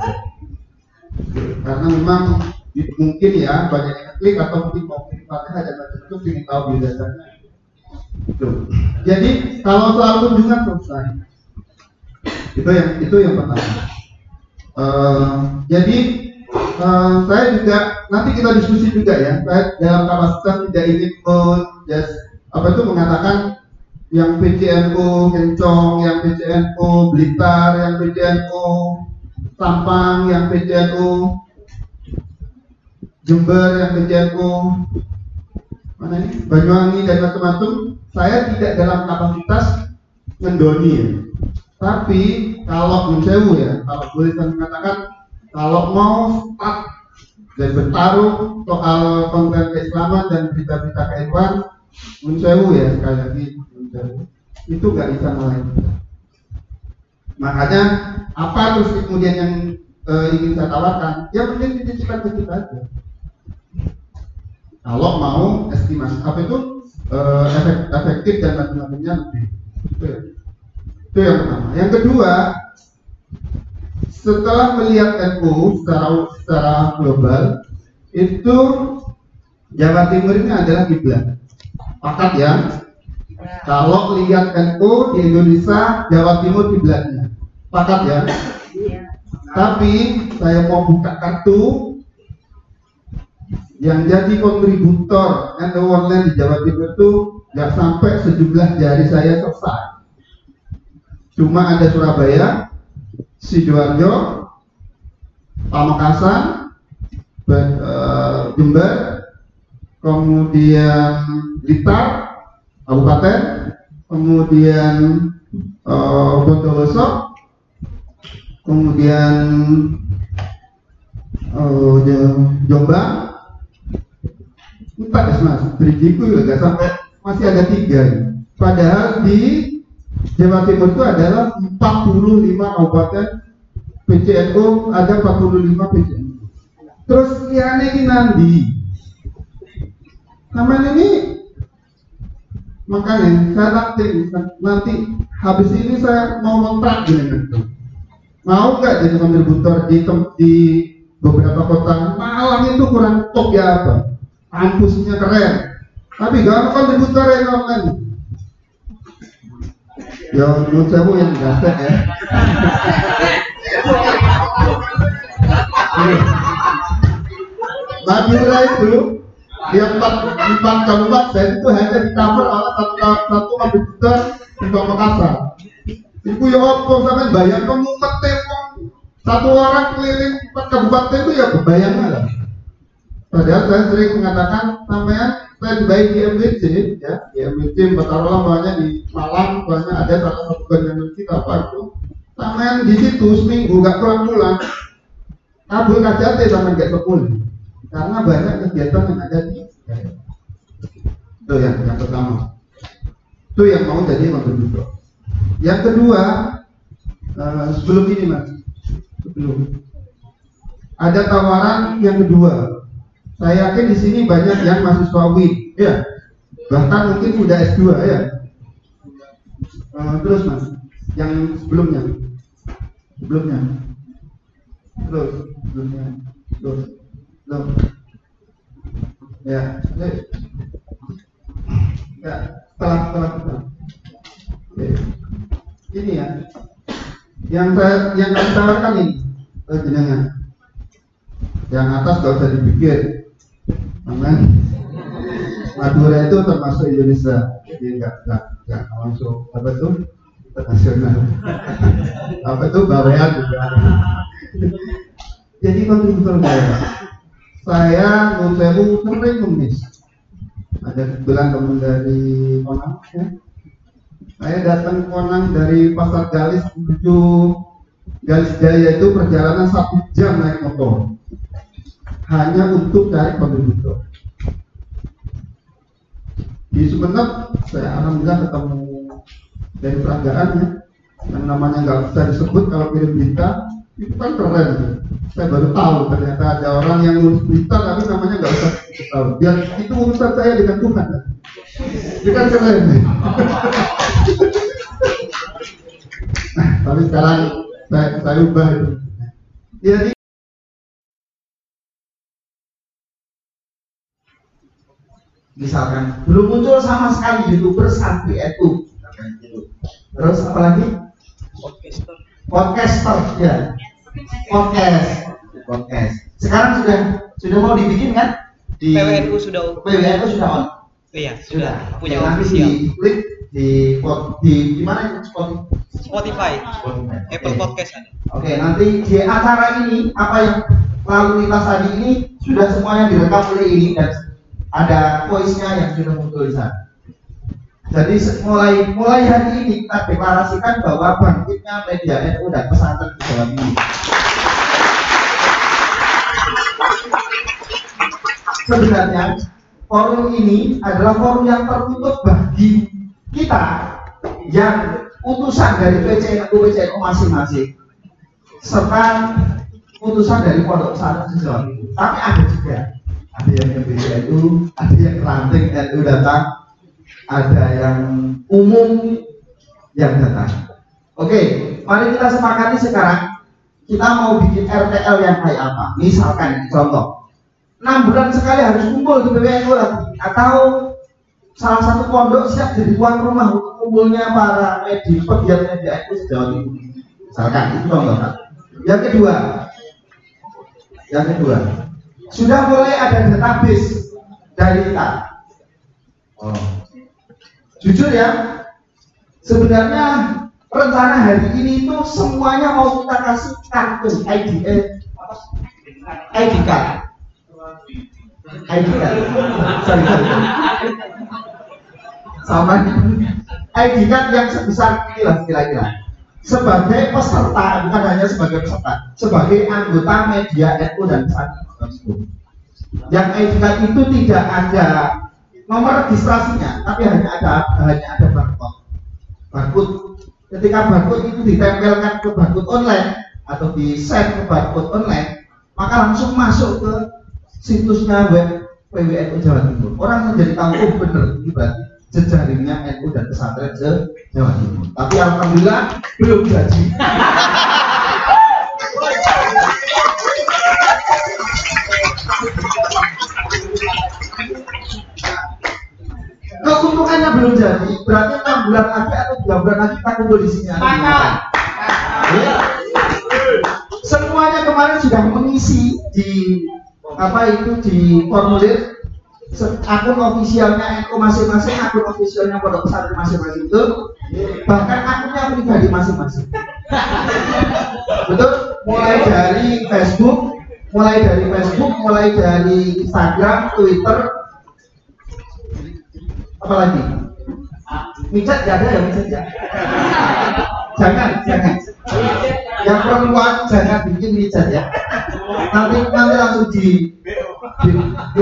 B: karena memang mungkin ya banyak yang klik atau mungkin mau klik Fatihah dan macam-macam ingin tahu biodasanya itu. Jadi kalau soal kunjungan selesai itu yang itu yang pertama. Uh, jadi uh, saya juga nanti kita diskusi juga ya, saya dalam kapasitas tidak ingin just apa itu mengatakan yang P C N U Kencong, yang P C N U Blitar, yang P C N U Sampang, yang P C N U Jember, yang P C N U mana ini Banyuwangi dan macam-macam, saya tidak dalam kapasitas mendoni ya. Tapi kalau mensewu ya, kalau boleh saya mengatakan, kalau mau start dan bertarung soal konten keislaman dan berita-berita keilmuan, mensewu ya sekali lagi mensewu. Itu nggak bisa ngalahin kita. Makanya apa terus kemudian yang e, ingin saya tawarkan? Ya mending dititipkan ke kita aja. Kalau mau estimasi apa itu e, efek, efektif dan macam-macamnya lebih. Itu, ya. Itu yang pertama. Yang kedua, setelah melihat N U secara secara global, itu Jawa Timur ini adalah kiblat. Pakat ya. Kalau lihat N U di Indonesia, Jawa Timur kiblatnya. Pakat ya. Tapi saya mau buka kartu yang jadi kontributor N U online di Jawa Timur itu nggak sampai sejumlah jari saya selesai. Cuma ada Surabaya, Sidoarjo, Pamekasan, Jember, kemudian Blitar, Kabupaten, kemudian uh, Bondowoso, kemudian uh, Jombang, empat ya mas, Berijiku juga nggak sampai, masih ada tiga. Padahal di Jawa Timur itu adalah empat puluh lima kabupaten P C N U, ada empat puluh lima P C N U. Terus liane ini nanti, namanya ini makanya saya nanti nanti habis ini saya mau kontrak dengan itu. Mau nggak jadi kontributor di di beberapa kota? Malang itu kurang top ya apa? Kampusnya keren, tapi gak ada kontributor yang online. Ya menurut saya yang gasek ya. Madura itu di empat empat kabupaten itu hanya di cover oleh satu satu kontributor di Pamekasan. Ibu ya apa sampai bayang kamu ketemu satu orang keliling empat kabupaten itu ya kebayang lah. Padahal saya sering mengatakan sampean standby di M W C ya, di M W C Batarola banyak di Malang banyak ada salah satu bangunan kita apa itu. Sampean di situ seminggu gak pulang-pulang. Kabul kajate sampean gak sepuluh. Karena banyak kegiatan yang ada di itu yang yang pertama. Itu yang mau jadi kontributor. Yang kedua, uh, sebelum ini mas, sebelum ada tawaran yang kedua. Saya yakin di sini banyak yang mahasiswa U I, ya, bahkan mungkin sudah S dua ya. Uh, terus mas, yang sebelumnya, sebelumnya, terus, sebelumnya, terus, belum, ya, ya, setelah setelah setelah. Oke. Ini ya, yang saya yang kami tawarkan ini, eh, jenengan, yang atas gak usah dipikir. Aman. Madura itu termasuk Indonesia, jadi nggak nggak nggak langsung apa itu internasional. Apa itu bawean juga. Jadi kontributor saya, saya menurut saya sering menulis. Ada kebetulan teman dari Konang, ya. Saya datang ke Konang dari Pasar Galis menuju Galis Jaya itu perjalanan satu jam naik motor. Hanya untuk cari kontributor. Di Sumeneb saya alhamdulillah ketemu dari peragaannya yang namanya nggak bisa disebut kalau kirim berita itu kan keren. Saya baru tahu ternyata ada orang yang nulis berita tapi namanya nggak usah tahu. Biar itu urusan saya dengan Tuhan. Itu kan keren. Nah, tapi sekarang saya, saya ubah itu. Jadi misalkan belum muncul sama sekali YouTubers anti N U, terus apalagi podcaster, podcaster ya, podcast, podcast. Sekarang sudah sudah mau dibikin kan? Di
C: P W N U sudah,
B: P W N U sudah on.
C: Iya
B: sudah.
C: sudah punya
B: nanti
C: official.
B: Di klik di di di mana Spotify?
C: Spotify,
B: Spotify.
C: Apple
B: Okay.
C: Podcast ada.
B: Oke, nanti di acara ini apa yang lalu lintas tadi ini sudah semuanya direkam oleh ini dan ada voice-nya yang sudah muncul di sana. Jadi mulai mulai hari ini kita deklarasikan bahwa bangkitnya media N U dan pesantren di Jawa Timur. Sebenarnya forum ini adalah forum yang tertutup bagi kita yang utusan dari P C N U P C N U masing-masing serta utusan dari pondok pesantren di Jawa Timur. Tapi ada juga, ada yang dari N U, ada yang ranting N U datang, ada yang umum yang datang. Oke, mari kita sepakati sekarang kita mau bikin R T L yang kayak apa. Misalkan contoh, enam bulan sekali harus kumpul di P W N U lagi, atau salah satu pondok siap jadi tuan rumah untuk kumpulnya para media pegiat media N U Jawa Timur. Misalkan itu contoh. Yang kedua, yang kedua, sudah mulai ada database dari kita. Oh. Jujur ya, sebenarnya rencana hari ini itu semuanya mau kita kasih kartu I D, eh, I D card, I D card, sorry, sorry. Sama I D card yang sebesar ini lah kira-kira. Sebagai peserta, bukan hanya sebagai peserta, sebagai anggota media N U dan pesantren. Yang I D card itu tidak ada nomor registrasinya, tapi hanya ada hanya ada barcode. Barcode. Ketika barcode itu ditempelkan ke barcode online atau di send ke barcode online, maka langsung masuk ke situsnya web P W N U Jawa Timur. Orang menjadi tahu, oh benar, ini berarti jejaringnya N U dan pesantren se Jawa Timur. Tapi alhamdulillah belum jadi. Keuntungannya belum jadi, berarti enam bulan lagi atau tiga bulan lagi kita kumpul di sini. Ya. Semuanya kemarin sudah mengisi di apa itu di formulir akun ofisialnya N U masing-masing, akun ofisialnya pondok pesantren masing-masing itu, bahkan akunnya pribadi masing-masing. Betul? Mulai dari Facebook, mulai dari Facebook, mulai dari Instagram, Twitter, apa lagi? Micat gak ada ya micat ya? Jangan, jangan. Yang perempuan jangan bikin micat ya. Nanti nanti langsung di, di, di.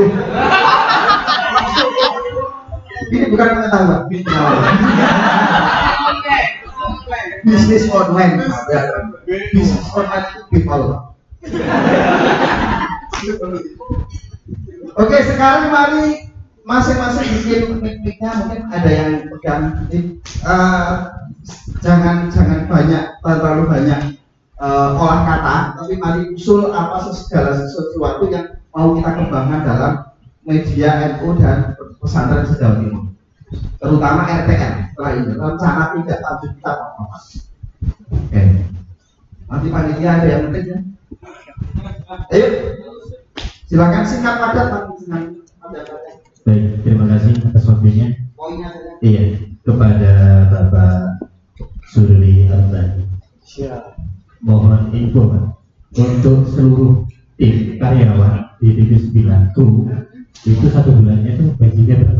B: Ini bukan pengetahuan. Bisnis online, bisnis online people. Oke, sekarang mari masing-masing bikin mic-micnya, mungkin ada yang pegang mic. Uh, jangan jangan banyak terlalu banyak uh, olah kata, tapi mari usul apa segala sesuatu yang mau kita kembangkan dalam media N U dan pesantren se-Jawa Timur, terutama R T L. Setelah ini rencana tidak lanjut kita apa-apa. Oke, nanti panitia ada yang penting ya. Ayo, silakan singkat padat, singkat padat.
C: Baik, terima kasih atas waktunya. Iya, kepada Bapak Surli Al-Bani. Mohon info untuk seluruh tim karyawan di T V sembilan kru itu satu bulannya itu gajinya berapa?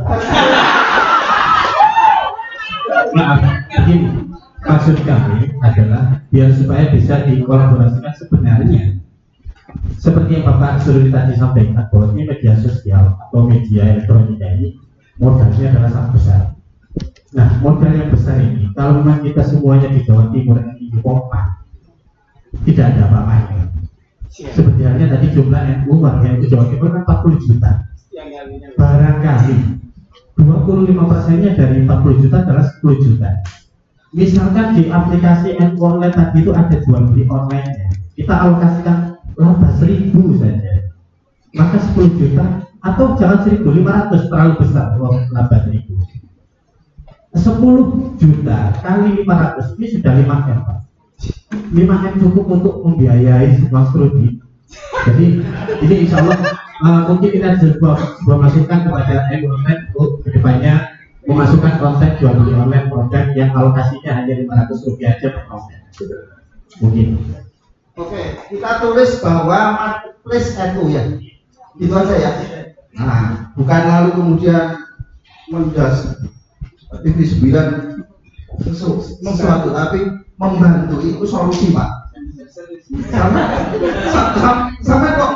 C: Maaf, begini, maksud kami adalah biar supaya bisa dikolaborasikan sebenarnya. Seperti yang Bapak Surli tadi sampaikan, bahwa ini media sosial atau media elektronik ini modalnya adalah sangat besar. Nah, modal yang besar ini, kalau memang kita semuanya di Jawa Timur ini kompak, tidak ada apa-apanya. Seperti halnya tadi jumlah N U warga di Jawa Timur kan empat puluh juta. Barangkali dua puluh lima persennya dari empat puluh juta adalah sepuluh juta. Misalkan di aplikasi N U online tadi itu ada jual beli online, kita alokasikan laba seribu saja, maka sepuluh juta, atau jangan seribu lima ratus, terlalu besar uang laba seribu. Sepuluh juta kali lima ratus ini sudah lima M, Pak. lima M cukup untuk membiayai Mas Rudi. Jadi ini insya Allah uh, mungkin kita sebuah, sebuah masukan kepada N U online untuk kedepannya memasukkan konten jual beli online konten yang alokasinya hanya lima ratus rupiah aja per konten. Mungkin.
B: Oke, kita tulis bahwa marketplace N U ya, itu aja ya. Nah, bukan lalu kemudian menjas T V sembilan sesuatu, tapi membantu itu solusi Pak. Sama, sama, sama kok.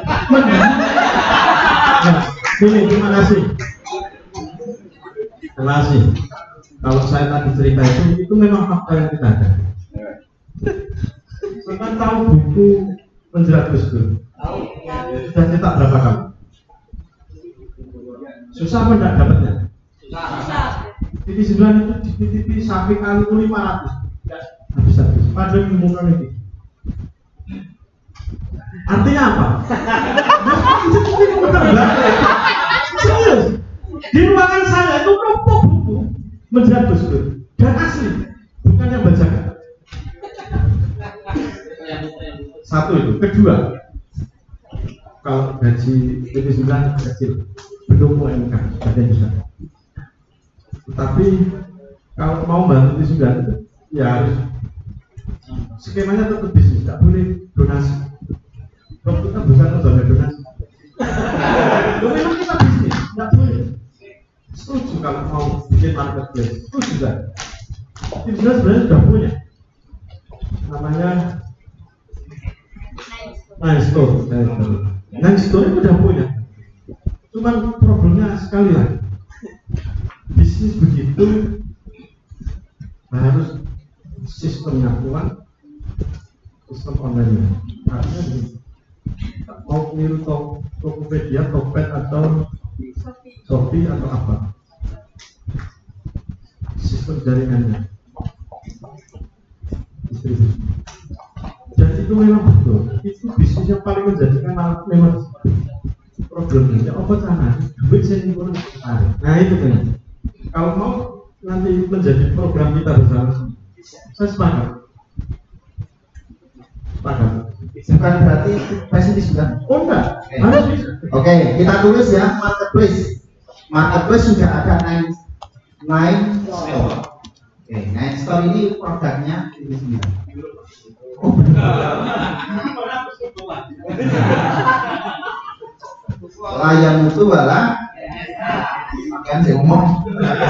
C: Ini terima kasih. Terima kasih. Kalau saya tadi cerita itu, itu memang fakta yang kita ada. Sampai tahu buku Menjerat Gus Dur? Sudah cetak berapa kali? Susah apa enggak dapatnya? Susah. T V sembilan itu di T V sampai kali lima ratus. Habis-habis. Padahal ngomongkan itu. Artinya apa? Serius. Di ruangan saya itu numpuk buku Menjerat Gus Dur dan asli, bukan yang bajakan. Satu itu. Kedua, kalau gaji T V sembilan kecil, belum U M K, bagian besar. Tetapi kalau mau bantu T V sembilan itu, ya harus skemanya tetap bisnis, tidak boleh donasi. Kalau kita bukan untuk donasi, memang kita bisnis, tidak boleh. Setuju kalau mau bikin marketplace, setuju kan? T V sembilan sebenarnya sudah punya, namanya Nice Store. Nice Store itu sudah punya. Cuman problemnya sekali lagi, bisnis begitu harus sistemnya kuat, sistem online-nya. Artinya begini, mau niru Tokopedia, Tokped atau Shopee atau apa, sistem jaringannya, distribusi. Dan itu memang betul, itu bisnis yang paling menjanjikan memang problemnya. Ya apa cara? Duit saya kurang tarik. Nah itu kan. Kalau mau nanti menjadi program kita bersama, saya sepakat. Sepakat.
B: Bukan berarti pesimis bukan?
C: Oh enggak,
B: Oke.
C: harus bisa.
B: Oke, kita tulis ya marketplace. Marketplace sudah ada Nine Nine Store. Oke, Nine Store ini produknya T V sembilan. Oh benar. Layan itu bala, kan saya ngomong.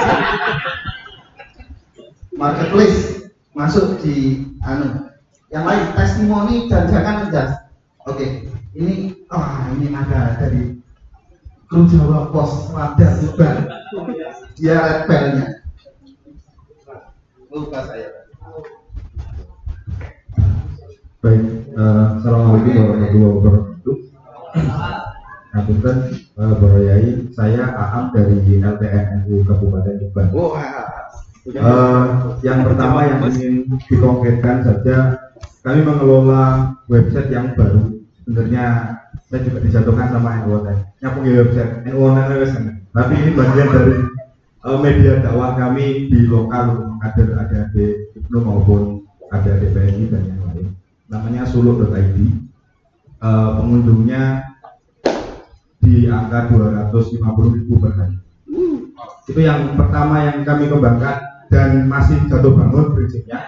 B: Marketplace masuk di anu. Yang lain testimoni dan jangan menjas. Oke, ini ah oh, ini ada dari kru Jawa Pos Radar Tuban. Dia red bell-nya. Lupa saya.
E: Baik, uh, assalamualaikum warahmatullahi wabarakatuh. Ngapunten, uh, Bro Yai, saya Aam dari L T N N U Kabupaten Tuban. Uh, yang pertama yang ingin dikonkretkan saja, kami mengelola website yang baru. Sebenarnya saya juga dijatuhkan sama N U Online. Nyapung ya website N U Online, tapi ini bagian dari uh, media dakwah kami di lokal, kader ada di Ibnu maupun ada di P N I dan yang lain. Namanya suluk titik i d. Uh, pengunjungnya di angka dua ratus lima puluh ribu per hari. Itu yang pertama yang kami kembangkan dan masih jatuh bangun prinsipnya.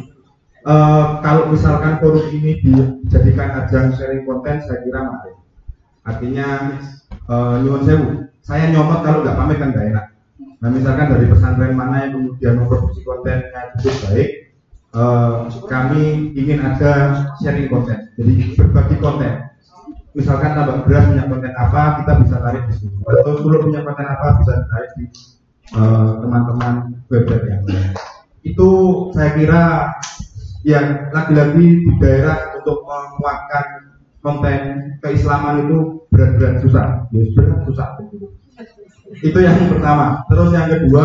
E: Uh, kalau misalkan forum ini dijadikan ajang sharing konten, saya kira menarik. Artinya uh, nyuwun sewu, saya nyomot kalau nggak pamit kan nggak enak. Nah misalkan dari pesantren mana yang kemudian memproduksi kontennya cukup baik, uh, kami ingin ada sharing konten, jadi berbagi konten. Misalkan tambah beras punya konten apa, kita bisa tarik di situ. Atau Suluh punya konten apa, bisa tarik di uh, teman-teman web-web yang lain. Itu saya kira yang lagi-lagi di daerah untuk menguatkan konten keislaman itu berat-berat susah, ya berat susah gitu. Itu yang pertama. Terus yang kedua,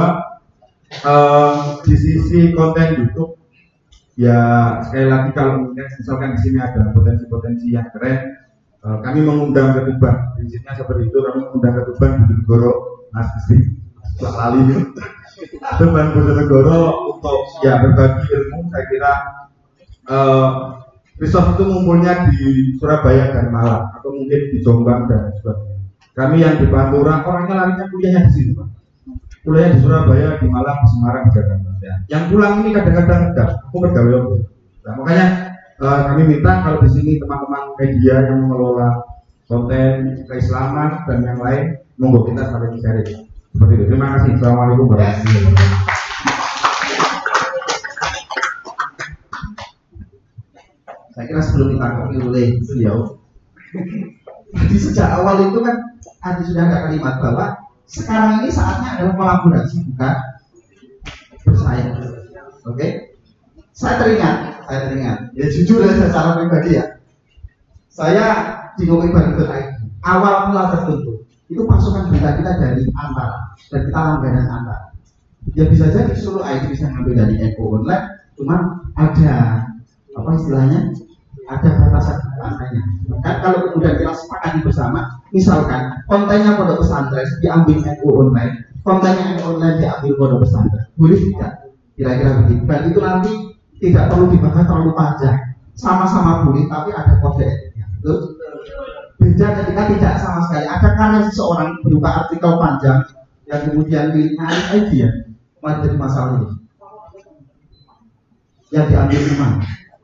E: uh, di sisi konten YouTube, ya sekali lagi kalau misalkan di sini ada potensi-potensi yang keren, uh, kami mengundang ke Tuban. Prinsipnya seperti itu, kami mengundang ke Tuban, Bojonegoro, Mas Istri, Pak Lali, Tuban Bojonegoro untuk ya berbagi ilmu. Saya kira uh, resource itu ngumpulnya di Surabaya dan Malang atau mungkin di Jombang dan sebagainya. Kami yang di Pantura orangnya larinya kuliahnya di sini, Pak. Kuliah di Surabaya, di Malang, di Semarang, di Jakarta. Ya. Yang pulang ini kadang-kadang enggak, aku bergawe. Nah, makanya uh, kami minta kalau di sini teman-teman media yang mengelola konten keislaman dan yang lain, monggo kita saling sharing. Seperti itu. Terima kasih. Assalamualaikum warahmatullahi wabarakatuh.
B: Saya kira sebelum ditanggapi oleh beliau, jadi sejak awal itu kan ada sudah ada kalimat bahwa sekarang ini saatnya adalah kolaborasi, bukan bersaing. Oke? Okay? Saya teringat, saya teringat. Ya jujur ya, secara pribadi ya. Saya di Ngopi Bareng dot I D awal mula terbentuk itu pasukan berita kita dari Antara dan kita langganan Antara. Ya bisa jadi seluruh I D bisa ngambil dari N O Online, cuman ada apa istilahnya? Ada batasan angkanya. Kan kalau kemudian kita sepakati bersama, misalkan kontennya pondok pesantren diambil N O Online, kontennya N O Online diambil pondok pesantren, boleh tidak? Kira-kira begitu. Dan itu nanti tidak perlu dibahas terlalu panjang, sama-sama boleh, tapi ada kode etiknya. Beda ketika tidak sama sekali. Ada karya seseorang berupa artikel panjang yang kemudian dinarik lagi ya, malah jadi masalah ini. Yang diambil kemana?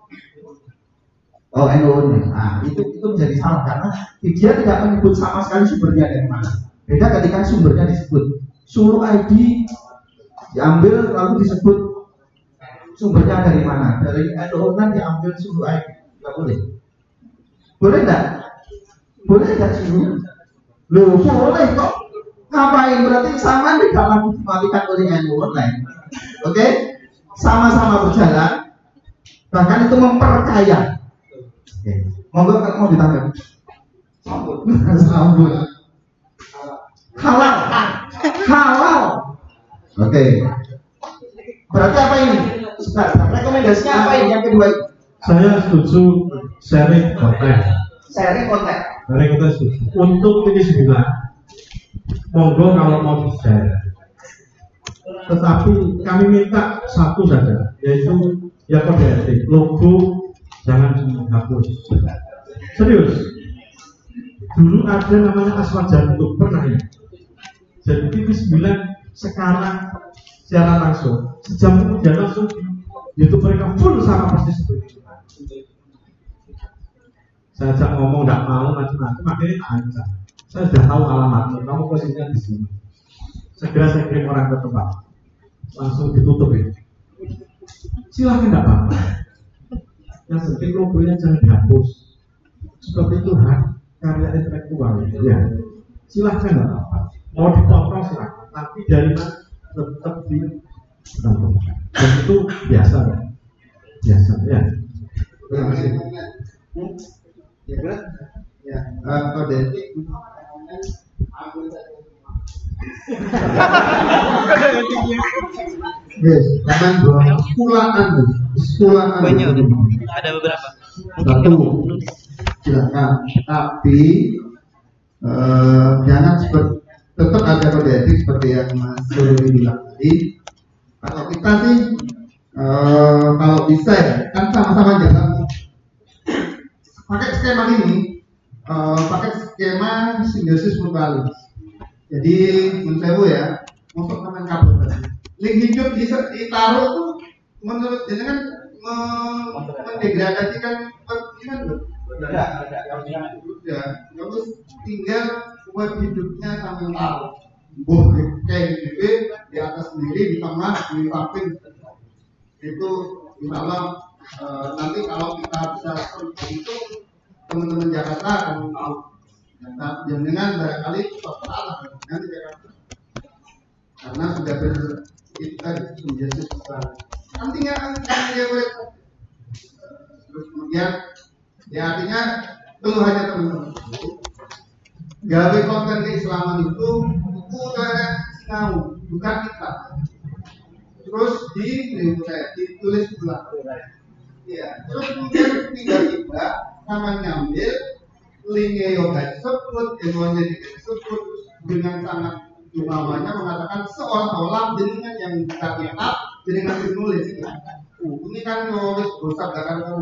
B: Oh, N O Online. Nah, itu itu menjadi salah karena dia tidak menyebut sama sekali sumbernya dari mana. Beda ketika sumbernya disebut. Seluruh I D diambil lalu disebut sumbernya dari mana. Dari N O Online diambil seluruh I D. Tidak boleh. Boleh enggak? Boleh enggak seluruh? Loh, boleh kok. Ngapain? Berarti sama tidak lagi dimatikan oleh N O Online. Oke? Okay? Sama-sama berjalan. Bahkan itu memperkaya. Oke, monggo mau ditanggapi. Sambut, sambut. Halal, halal. Oke. Berarti apa ini? Sekarang rekomendasinya apa ini yang kedua?
C: Saya setuju sharing konten.
B: Sharing konten.
C: Sharing konten setuju. Untuk ini sembilan, monggo kalau mau di share. Tetapi kami minta satu saja, yaitu ya kode etik, logo jangan dihapus. Serius. Dulu ada namanya Aswad Jantung, pernah ya? Jadi T V sembilan sekarang secara langsung, sejam kemudian langsung YouTube mereka full sama persis seperti itu. Saya ajak ngomong nggak mau macam-macam, akhirnya tak ancam. Saya sudah tahu alamatnya, kamu posisinya di sini. Segera saya kirim orang ke tempat, langsung ditutup ya. Silahkan nggak apa-apa. Yang penting logonya jangan dihapus. Seperti itu hak karya intelektual ya. Silahkan nggak apa-apa. Mau dipotong silahkan, tapi dari mana tetap di dan itu biasa ya. Biasa ya.
B: Terima kasih. Ya benar. Ya, kode etik. Yes, jangan dong. Sekolahan, sekolahan.
F: Ada beberapa.
B: Satu, silakan. Tapi uh, jangan seperti tetap ada kode etik seperti yang Mas Surya bilang tadi. Kalau kita sih, uh, kalau bisa ya, kan sama-sama jangan pakai skema ini, uh, pakai skema simbiosis mutualis. Jadi menurut ya, untuk teman kabel tadi, link hidup ditaruh tuh menurut jadi kan mendegradasikan kepentingan loh. Tidak, tidak, ya, terus tinggal buat hidupnya sambil tahu. Boh kayak gitu di atas sendiri di tengah di samping itu insya Allah uh, nanti kalau kita bisa seperti itu teman-teman Jakarta akan tahu. Nah, jangan barangkali suatu salah nanti Jakarta karena sudah ber kita menjadi besar. Nantinya akan dia boleh terus kemudian ya artinya itu hanya teman-teman. Gawe konten keislaman itu buku dari Sinau, bukan kita. Terus di ditulis ulang. Ya, terus kemudian tiba-tiba sama ngambil linknya yoga sebut, emonya disebut dengan sangat jumlahnya mengatakan seolah-olah dengan yang kita kitab dengan menulis. Uh, ini kan nulis rusak akan kamu.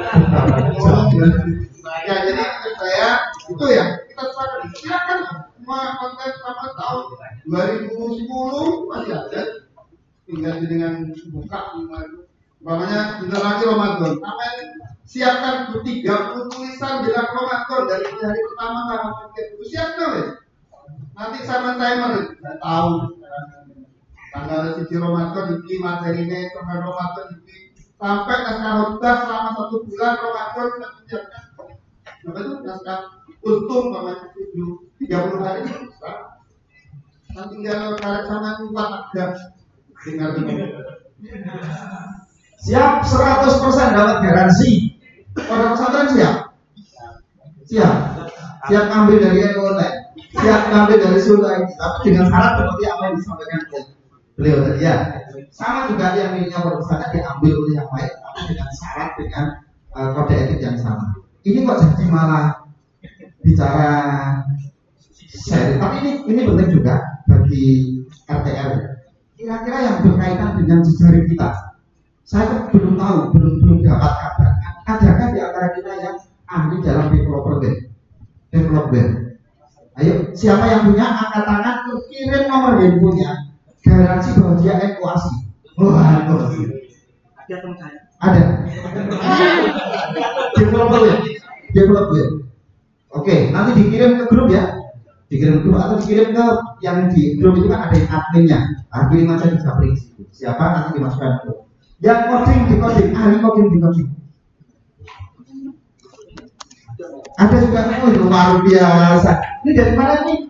B: Ya jadi saya itu ya kita sepakat. Silakan semua konten sama tahun dua ribu sepuluh masih ada. Tinggal dengan buka umpamanya bentar lagi Ramadan. Amin. siapkan tiga puluh tulisan bilang Ramadan dari hari pertama sampai ke siap dong. Nanti sama timer, saya tahu tanggal siji Ramadan iki materinya tanggal Ramadan iki sampai naskah khotbah selama satu bulan Ramadan kita siapkan. Sampai itu naskah untung sama tiga puluh hari bisa. Nanti tinggal karet sama empat agak dengar dengar. Siap seratus persen dapat garansi. Orang pesantren siap, siap, siap ambil dari N U Online. Siap ngambil dari surga ini, tapi dengan syarat seperti apa yang disampaikan oleh beliau tadi ya. Sama juga yang miliknya perusahaan diambil oleh yang lain, tapi dengan syarat dengan uh, kode etik yang sama. Ini kok jadi malah bicara share, tapi ini ini penting juga bagi R T R. Kira-kira yang berkaitan dengan jejaring kita, saya belum tahu, belum belum dapat kabar. Adakah di antara kita yang ahli dalam developer web? Developer web. Ayo, siapa yang punya angkat tangan, kirim nomor handphonenya, garansi bahwa dia N U A S I. Wah, ada teman saya. Ada. Developer web, developer web. Oke, nanti dikirim ke grup ya, dikirim ke grup atau dikirim ke yang di grup itu kan ada yang adminnya. Nah, kirim aja di Japri. Siapa nanti dimasukkan ke grup. Yang coding di coding, ahli coding di coding. Ada juga, oh luar biasa. Ini dari mana nih?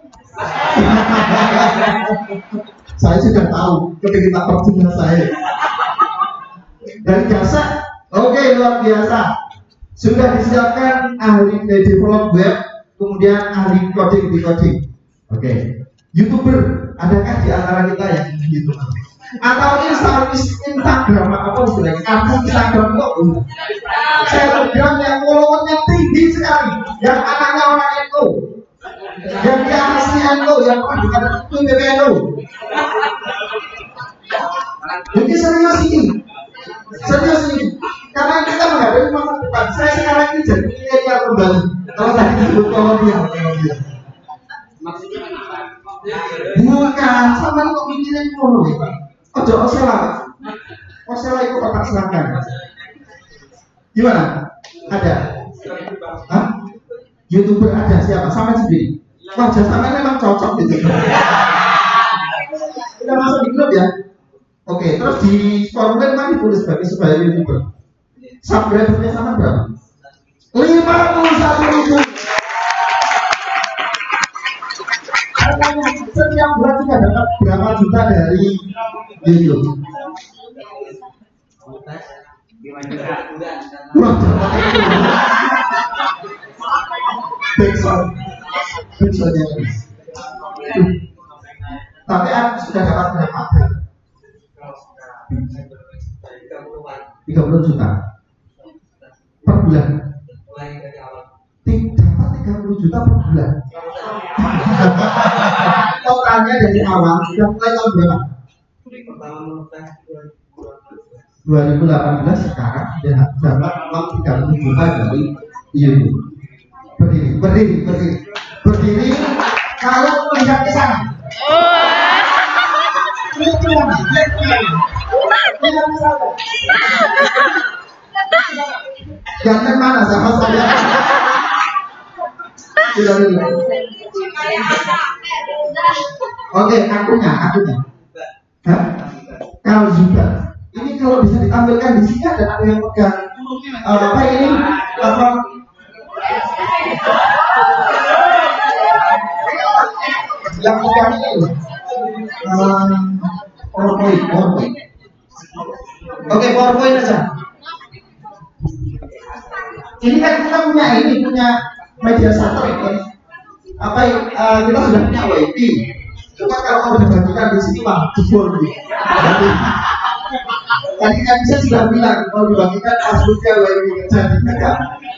B: Saya sudah tahu ketika pertemuan saya. Dari jasa, oke okay, luar biasa. Sudah disiapkan ahli develop web, kemudian ahli coding di coding. Oke. Okay. YouTuber, adakah di antara kita yang YouTuber? Atau Instagram apa istilahnya? Artis Instagram kok? Telegram yang followernya tinggi sekali, yang anaknya orang N U, yang dia asli N U, yang pernah dikatakan itu P B N U. Jadi serius ini, serius ini, karena kita menghadapi masa depan. Saya sekarang ini jadi milenial kembali. Kalau tadi disebut kolonial, bukan, sama kok mikirin kolonial. Ojo osela, osela itu kotak selangkang. Gimana? Ada? Hah? YouTuber ada siapa? Sama sendiri. Wajah sama memang cocok gitu. Kita masuk di grup ya. Oke, terus di formulir kan ditulis sebagai sebagai YouTuber. Subscribernya sama berapa? lima puluh satu ribu. Setiap bulan juga dapat berapa juta dari YouTube? Wah, Backsound, backsoundnya. Tapi aku sudah dapat berapa? tiga puluh juta per bulan. Dapat tiga puluh juta per bulan. Totalnya dari awal sudah mulai tahun berapa? dua ribu delapan belas sekarang sudah dapat uang tiga puluh juta dari YouTube. Berdiri, berdiri, berdiri, berdiri. Kalau melihat ke sana, lihat ke sana, lihat ke sana, lihat ke sana. Jangan mana sama saya. Sudah dulu. Oke, akunya, akunya. Hah? Kalau juga, ini kalau bisa ditampilkan di sini dan ada yang pegang uh, apa ini? Apa? Yang pegang ini, um, PowerPoint, PowerPoint. Oke, PowerPoint aja. Ini kan kita punya ini, punya media satelit kan? Apa uh, kita sudah punya W I P. Cuma kalau mau dibagikan di sini mah jebol gitu. Tadi kan saya sudah bilang mau dibagikan Facebooknya W I P jadi enggak.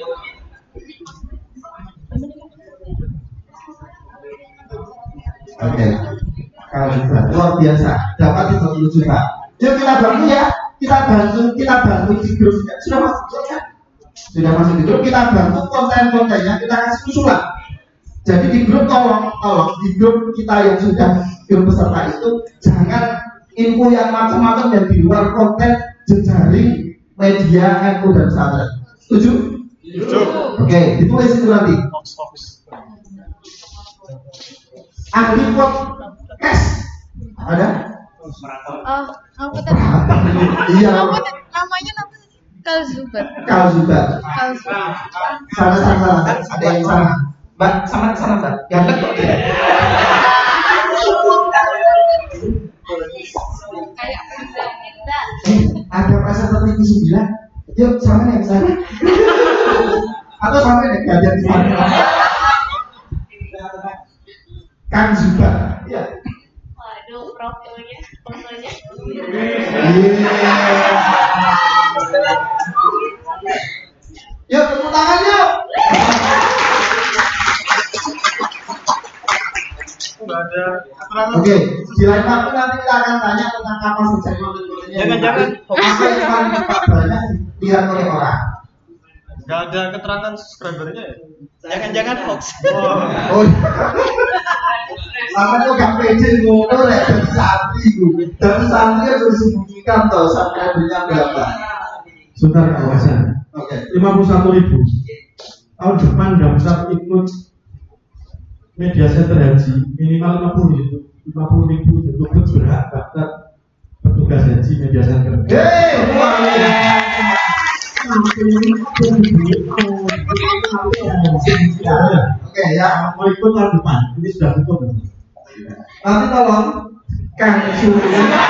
B: Oke, okay. Kalau juga luar biasa dapat tiga puluh juta. Yuk kita bantu ya, kita bantu, kita bantu di grup sudah masuk ya? Sudah masuk di grup, kita bantu konten-kontennya, kita kasih usulan. Jadi di grup tolong, tolong di grup kita yang sudah grup peserta itu jangan info yang macam-macam yang di luar konten jejaring media N U dan pesantren. Setuju? Oke, ditulis itu nanti. Ahli podcast ada?
F: Oh, apa tadi?
B: Iya.
F: Apa tadi? Namanya apa? Kalzubat.
B: Kalzubat.
F: Kalzubat.
B: Sana sana sana. Ada yang sana. Mbak, sama sana Mbak. Ganteng kok dia.
F: Kayak benda-benda.
B: Eh, ada presenter T V sembilan. Yuk, sama yang sana. Atau sampai deh gajah di sana. Kang Zubat, ya.
F: Waduh, profilnya, fotonya.
B: Yuk, tepuk tangan yuk. Oke, di lain waktu nanti kita akan tanya tentang apa saja konten-kontennya.
G: Jangan-jangan
B: apa yang paling cepat banyak dilihat oleh orang.
G: Gak ada keterangan subscribernya ya?
H: Jangan-jangan hoax.
B: Oh, sama tuh gak pede ngono rek dari santri ku. Dari santri harus disembunyikan toh subscribernya berapa.
C: Sebentar kawasan.
B: Oke.
C: lima puluh satu ribu. Tahun depan dapat ikut media center haji minimal lima puluh ribu. lima puluh ribu itu pun berhak daftar petugas haji media center.
B: Hei, oke ya,
C: mau ikut tahun depan ini sudah tutup.
B: nanti tolong Kang Suri.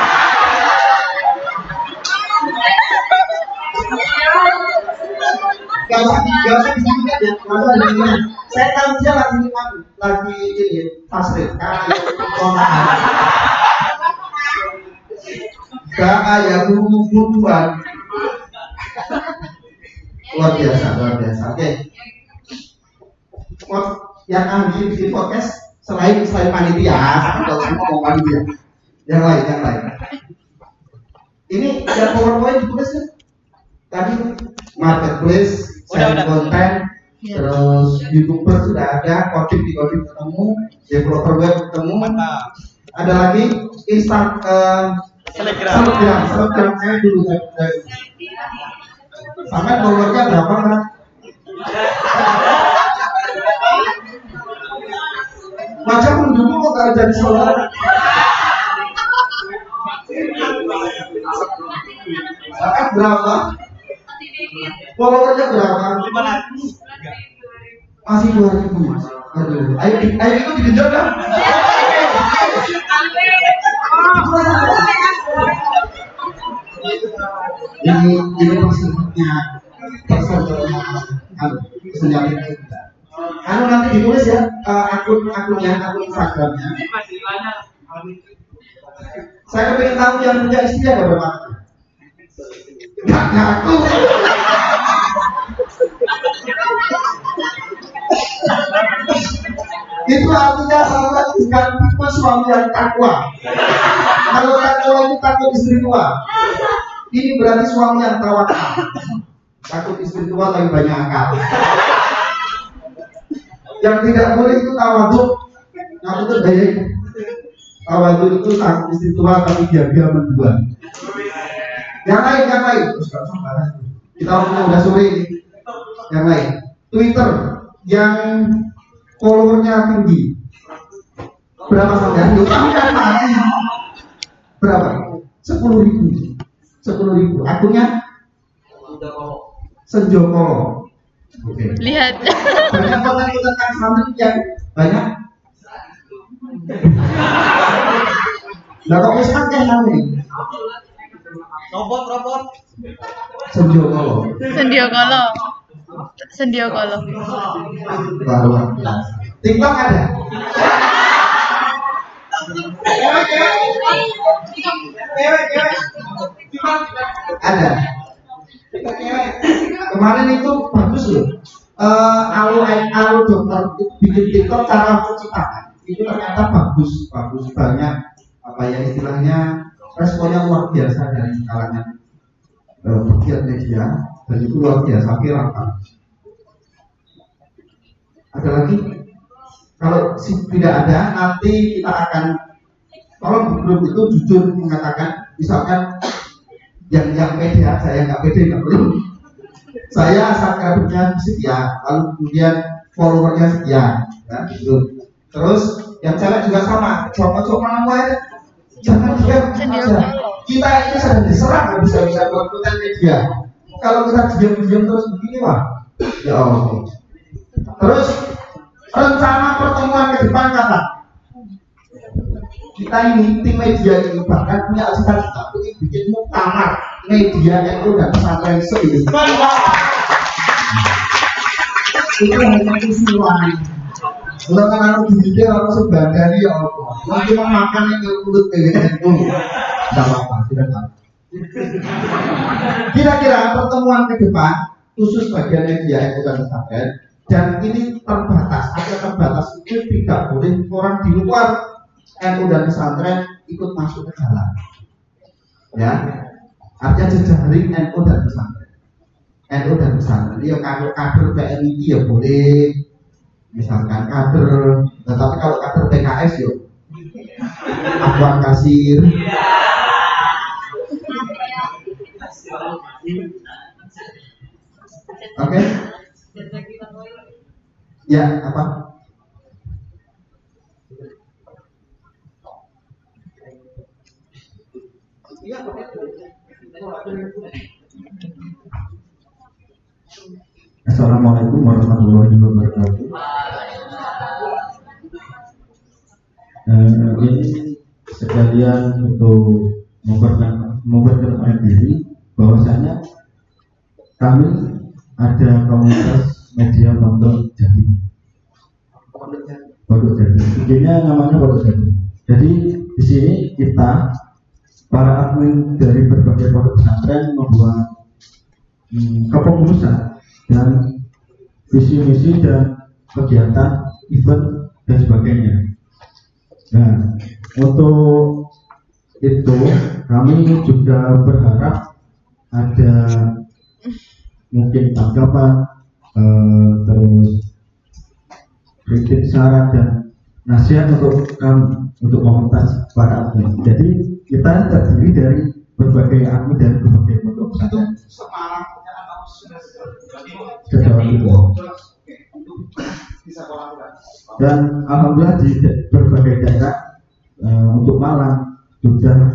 B: Gak usah, gak usah disingkat ya, gak usah disingkat. Saya tahu dia lagi lagi ini fasrid karena konaan. Gak kayak bumbu-bumbuan. Luar biasa, luar biasa. Oke. Yang ahli bikin podcast selain selain panitia, atau ngomong panitia. Yang lain, yang lain. Ini yang PowerPoint ditulis kan? Tadi marketplace,
H: Udah, udah.
B: konten,
F: Ya.
B: terus YouTuber sudah ada, coding di coding ketemu, developer web ketemu.
H: Mantap.
B: Ada lagi instan uh,
H: Telegram.
B: Telegram, Telegram saya dulu saya. saya. Sampai followernya berapa kan? Macam mendukung kok gak jadi saudara. Sampai berapa? Followernya berapa?
H: lima ratus.
B: Masih dua ribu mas. Aduh, ayo, ayo ikut digenjot kan? Ini ini persennya persennya anu senjata kita. Anu nanti ditulis ya uh, akun akunnya akun Instagramnya. Saya pengen tahu yang punya istri ada berapa? Gak ngaku. Itu artinya sahabat bukan tipe suami yang takwa. Kalau takwa itu takut istri tua. Ini berarti suami yang tawakal. Takut istri tua tapi banyak akal. Yang tidak boleh itu tawaduk. Nah itu baik. Tawaduk itu takut istri tua tapi dia-dia mendua. Yang lain, yang lain. Kita waktunya udah sore ini. Yang lain. Twitter yang followernya tinggi. Berapa sampai? Lu tahu kan mati. Berapa? Sepuluh ribu. Sepuluh ribu. Akunnya? Senjokolo. Oke.
F: Lihat.
B: Banyak konten-konten Kang Santri yang banyak. Nah kok bisa kan ini?
H: Robot, robot.
B: Senjokolo.
F: Sendiokolo. Sendiokolo.
B: Bahwa TikTok ada. Ada. Kemarin itu bagus loh. Uh, alu alu dokter bikin TikTok cara cuci tangan. Itu ternyata bagus, bagus banyak. Apa ya istilahnya responnya luar biasa dari kalangan uh, pegiat media dan itu luar biasa viral. Ada lagi? Kalau si, tidak ada, nanti kita akan tolong grup itu jujur mengatakan, misalkan yang yang pede, saya nggak pede nggak perlu. Saya subscribernya sekian, lalu kemudian followernya sekian, ya, gitu. Terus yang cewek juga sama, cowok-cowok mana ya? Jangan diam aja. Kita ini sedang diserang, nggak bisa bisa buat konten media. Kalau kita diam-diam terus begini wah, ya Allah. Terus rencana pertemuan ke depan kata kita ini tim media ini bahkan punya cita-cita ingin bikin muktamar media itu dan pesantren se-Indonesia. Itu hanya kesimpulan. Kalau kan aku gini orang sebandari ya Allah. Kalau cuma makan yang mulut kayak gitu, tidak apa-apa, tidak apa. Kira-kira pertemuan ke depan khusus bagian media itu dan pesantren dan ini terbatas, ada terbatas itu tidak boleh orang di luar N U dan pesantren ikut masuk ke dalam. Ya, artinya jejaring N U dan pesantren. N U dan pesantren. Ya kader kader P M I ya boleh, misalkan kader. Tetapi kalau kader P K S yo, Abang Kasir. Oke? Okay? Ya apa?
E: Assalamualaikum warahmatullahi wabarakatuh. Eh, ini sekalian untuk memperkenalkan diri bahwasanya kami ada komunitas media Pondok Jati. Pondok Jati. Intinya namanya Pondok Jati. Jadi di sini kita para admin dari berbagai pondok pesantren membuat hmm, kepengurusan dan visi-misi dan kegiatan event dan sebagainya. Nah, untuk itu kami juga berharap ada mungkin tanggapan eh, terus kritik, saran dan nasihat untuk kami untuk komunitas para admin. Jadi kita terdiri dari berbagai admin dari berbagai pondok pesantren. Sejauh itu. Dan alhamdulillah di berbagai daerah uh, untuk Malang sudah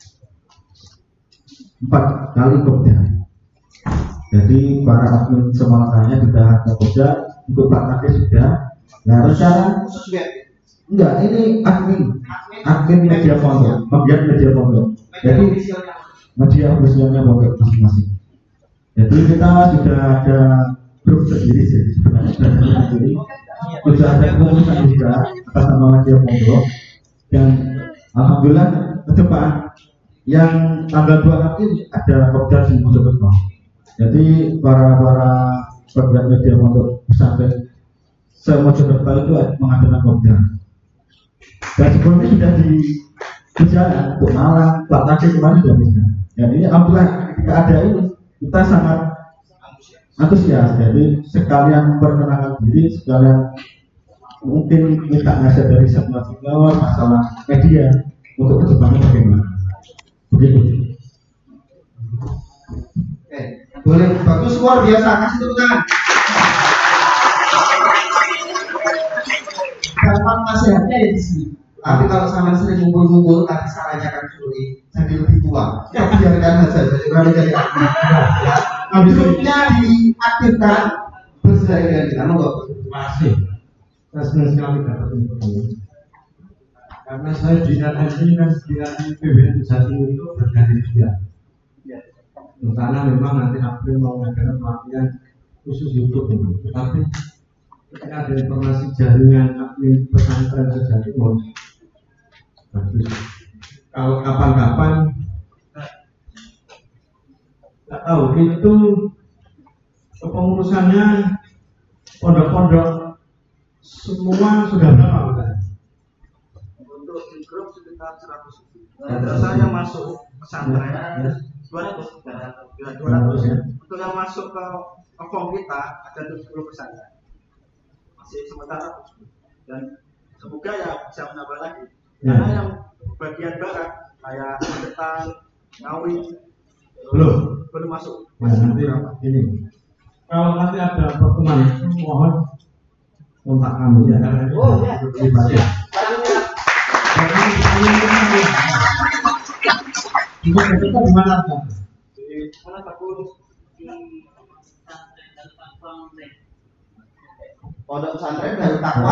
E: empat kali kopda. Jadi para admin Semalangnya sudah ada kopda, untuk Pak Nakes sudah. Nah rencana enggak, ini admin admin media pondok, pembiak media pondok. Jadi media ofisialnya pondok masing-masing. Jadi kita sudah ada grup sendiri sih, sebenarnya sudah ada sendiri. Sudah ada keputusan juga atas nama media pondok dan alhamdulillah ke depan yang tanggal dua nanti ada kopdar di Mojokerto. Jadi para para pembiak media pondok pesantren se-Mojokerto itu mengadakan kopdar. Dan sebelumnya sudah di berjalan untuk Malang, Pak Nakes kemarin sudah bisa. Dan ini alhamdulillah ketika ada ini kita sangat antusias. Jadi sekalian memperkenalkan diri, sekalian mungkin minta nasihat dari semua senior masalah media untuk kedepannya bagaimana. Begitu.
B: Eh, boleh bagus, luar biasa, kasih tepuk tangan. Gampang nasihatnya ya di sini. Tapi kalau sama sering ngumpul-ngumpul, nanti salahnya akan sulit jadi lebih tua. Ya biarkan saja, jadi kami jadi aktif. Ya, grupnya diaktifkan bersedia dengan kita. Monggo.
C: Terima kasih. Saya senang sekali dapat informasi. Karena saya di N I kan sekiranya P B N Jati itu berganti dia. Karena memang nanti April mau mengadakan pelatihan khusus YouTube ini. Tetapi ketika ada informasi jaringan admin pesantren sejati pun bagus. Kalau kapan-kapan nggak tahu itu kepengurusannya pondok-pondok semua sudah berapa kan?
G: Untuk di grup sekitar seratus. Dan saya masuk pesantren dua ratus. dua ratus. Untuk yang masuk ke form kita ada tujuh puluh pesantren. Masih sementara dan semoga ya bisa menambah lagi. Karena yang bagian barat kayak Ketan, Ngawi
C: belum
G: belum masuk.
C: Nah, nanti ini kalau nanti ada pertemuan mohon kontak kamu ya karena
G: Oh ya.
C: pribadi. Itu kita di mana kan?
G: Di mana takut
B: Pondok pesantren baru takwa.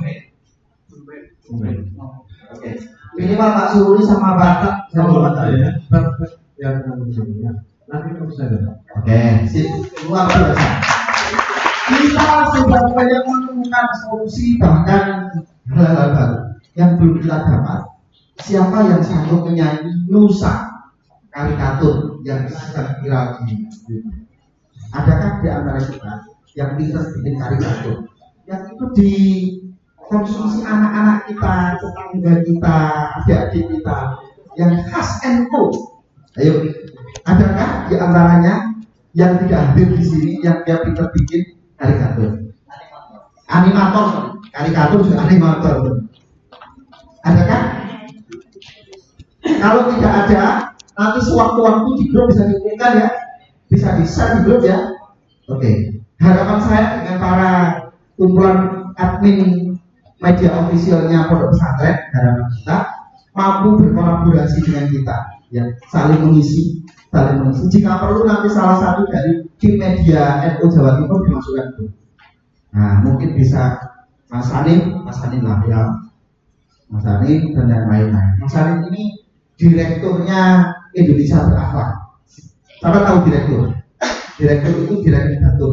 B: Oke. Minimal Pak Suruli sama Batak sama Batak ya.
C: Ya, ya. Nanti kamu saya datang.
B: Oke, sip. Luar biasa. Kita sudah banyak menemukan solusi bahkan hal-hal baru yang belum kita dapat. Siapa yang sanggup menyanyi Nusa karikatur yang sedang viral di dunia? Adakah di antara kita yang bisa bikin karikatur yang itu dikonsumsi anak-anak kita, tetangga kita, adik-adik kita yang khas N U? Ayo, adakah di antaranya yang tidak hadir di sini yang dia pintar bikin karikatur? Animator, karikatur juga animator. Adakah? Kalau tidak ada, nanti sewaktu-waktu di grup bisa diumumkan ya, bisa di-share di grup ya. Oke, harapan saya dengan para kumpulan admin media ofisialnya Pondok Pesantren, harapan kita mampu berkolaborasi dengan kita, ya, saling mengisi, saling mengisi. Jika perlu nanti salah satu dari tim media N U Jawa Timur dimasukkan itu. Nah, mungkin bisa Mas Anim, Mas Anim lah ya, Mas Anim dan yang lain-lain. Mas Anim ini direkturnya Indonesia Berakhlak. Siapa tahu direktur? Direktur itu direktur.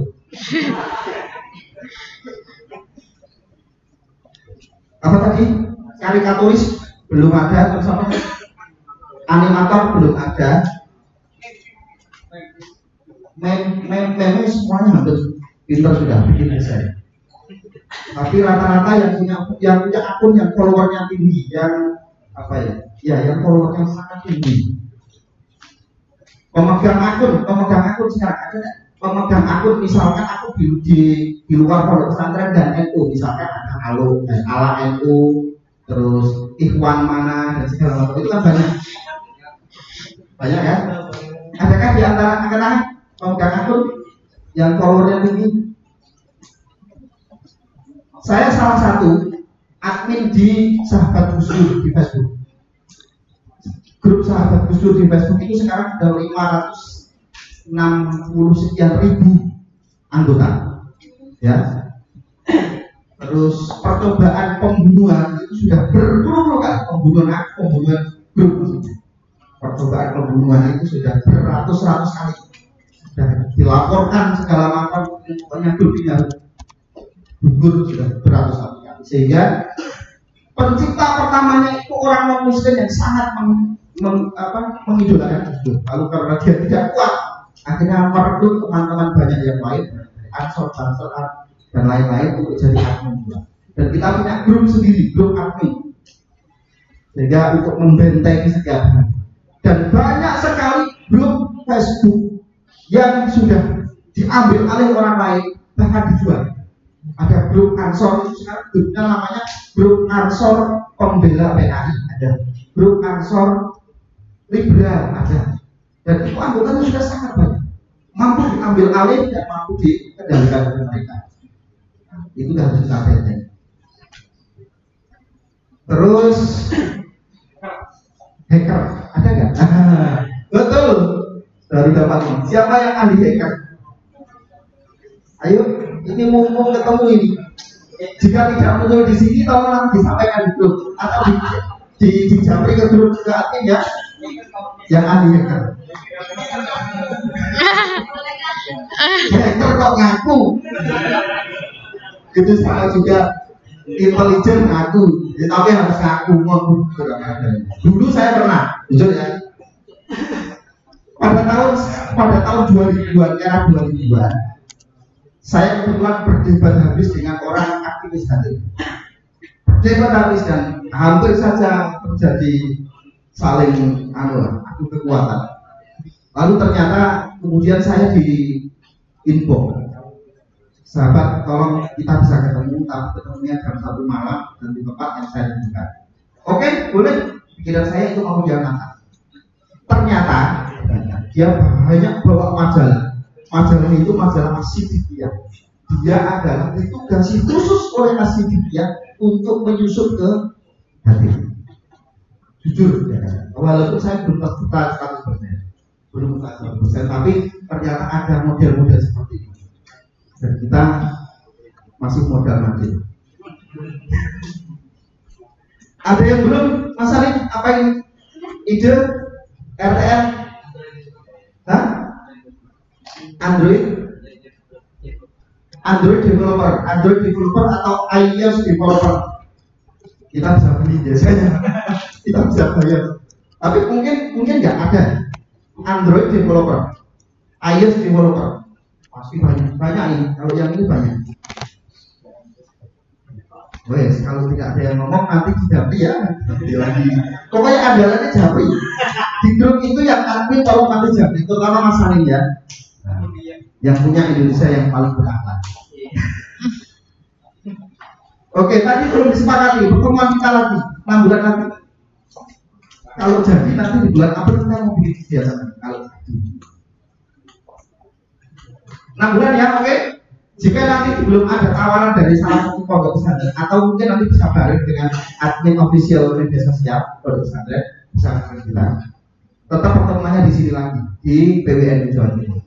B: Apa tadi? Karikaturis belum ada, terus apa? Animator belum ada. Mem mem mem semuanya hampir pintar sudah bikin desain. Tapi rata-rata yang punya yang punya akun yang followernya tinggi, yang apa ya? Ya, yang followernya sangat tinggi. Pemegang akun, pemegang akun sekarang ada nggak? Pemegang akun misalkan aku di di, di luar Pondok Pesantren dan N U, misalkan ada Halo, eh, ala N U, terus Ikhwan mana dan segala macam itu kan banyak, banyak ya. Adakah di antara anak-anak pemegang akun yang followernya tinggi? Saya salah satu admin di Sahabat Gus Dur di Facebook. Grup Sahabat Gus Dur di Facebook itu sekarang sudah lima ratus enam puluh sekian ribu anggota, ya. Terus percobaan pembunuhan itu sudah berpuluh-puluh kali pembunuhan, pembunuhan grup maksudnya. Percobaan pembunuhan itu sudah beratus-ratus kali, sudah dilaporkan segala macam, pokoknya grup ini harus gugur sudah beratus kali. Sehingga pencipta pertamanya itu orang non Muslim yang sangat meng, meng, apa, mengidolakan Gus Dur. Lalu karena dia tidak kuat, akhirnya merekrut teman-teman banyak yang lain, Ansor, Ansor dan lain-lain untuk jadi admin. Dan kita punya grup sendiri, grup admin, sehingga untuk membentengi setiap hari. Dan banyak sekali grup Facebook yang sudah diambil alih orang lain, bahkan dijual. Ada grup Ansor itu sekarang grupnya namanya grup Ansor Pembela P K I, ada grup Ansor Liberal ada, dan itu anggotanya sudah sangat banyak, mampu diambil alih dan mampu dikendalikan oleh mereka. Nah, itu harus kita benteng. Terus hacker ada nggak? Ah, betul, baru dapat. Siapa yang ahli hacker? Ayo, ini mumpung ketemu ini. Jika tidak muncul di sini, tolong disampaikan di grup atau di di, di japri ke grup ke admin ya. Yang ahli hacker. Hacker kok ngaku? Itu sama juga intelijen ngaku, ya, tapi harus ngaku. Dulu saya pernah, jujur ya. Pada tahun pada tahun dua ribuan, era dua ribuan. Saya kebetulan berdebat habis dengan orang aktivis tadi. Berdebat habis dan hampir saja terjadi saling anu, adu kekuatan. Lalu ternyata kemudian saya di info, sahabat, tolong kita bisa ketemu, tapi ketemunya jam satu malam dan di tempat yang saya tentukan. Oke, boleh. Pikiran saya itu mau jalan. Ternyata dia banyak bawa majalah. majalah itu majalah Asidikiyah. Dia adalah ditugasi khusus oleh Asidikiyah untuk menyusup ke hati. Jujur ya, walaupun saya belum terbuka seratus persen, belum terbuka seratus persen, tapi ternyata ada model-model seperti ini. Dan kita masih modal mati. Ada yang belum? Mas Alif, apa ini? Ide R T L? Hah? Android? Android developer, Android developer atau iOS developer? Kita bisa beli biasanya, kita bisa bayar. Tapi mungkin mungkin nggak ada Android developer, iOS developer. Pasti banyak, banyak ini. Kalau yang ini banyak. Wes, kalau tidak ada yang ngomong nanti dijapri ya. Lagi. Pokoknya andalannya japri. Di grup itu yang admin tolong nanti japri, terutama Mas Salim ya. Nah, yang punya Indonesia yang paling berakhlak. Oke, tadi belum disepakati pertemuan kita lagi enam bulan lagi. Kalau jadi nanti di bulan April kita mau bikin kegiatan kalau jadi. enam bulan ya, oke. Jika nanti belum ada tawaran dari salah satu pondok pesantren atau mungkin nanti bisa bareng dengan admin official media sosial pondok pesantren, bisa bareng kita. Tetap pertemuannya di sini lagi di P W N Jawa Timur.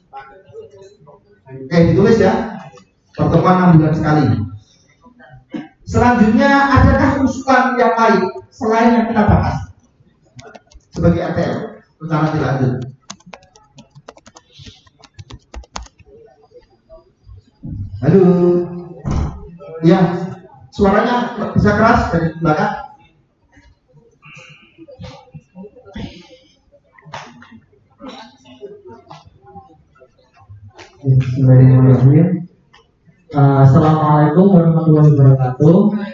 B: Oke, ditulis ya. Pertemuan enam bulan sekali. Selanjutnya, adakah usulan yang lain selain yang kita bahas sebagai R T L? Rencana dilanjut. Halo, ya, suaranya bisa keras dari belakang.
I: Bismillahirrahmanirrahim. Uh, Assalamualaikum warahmatullahi wabarakatuh.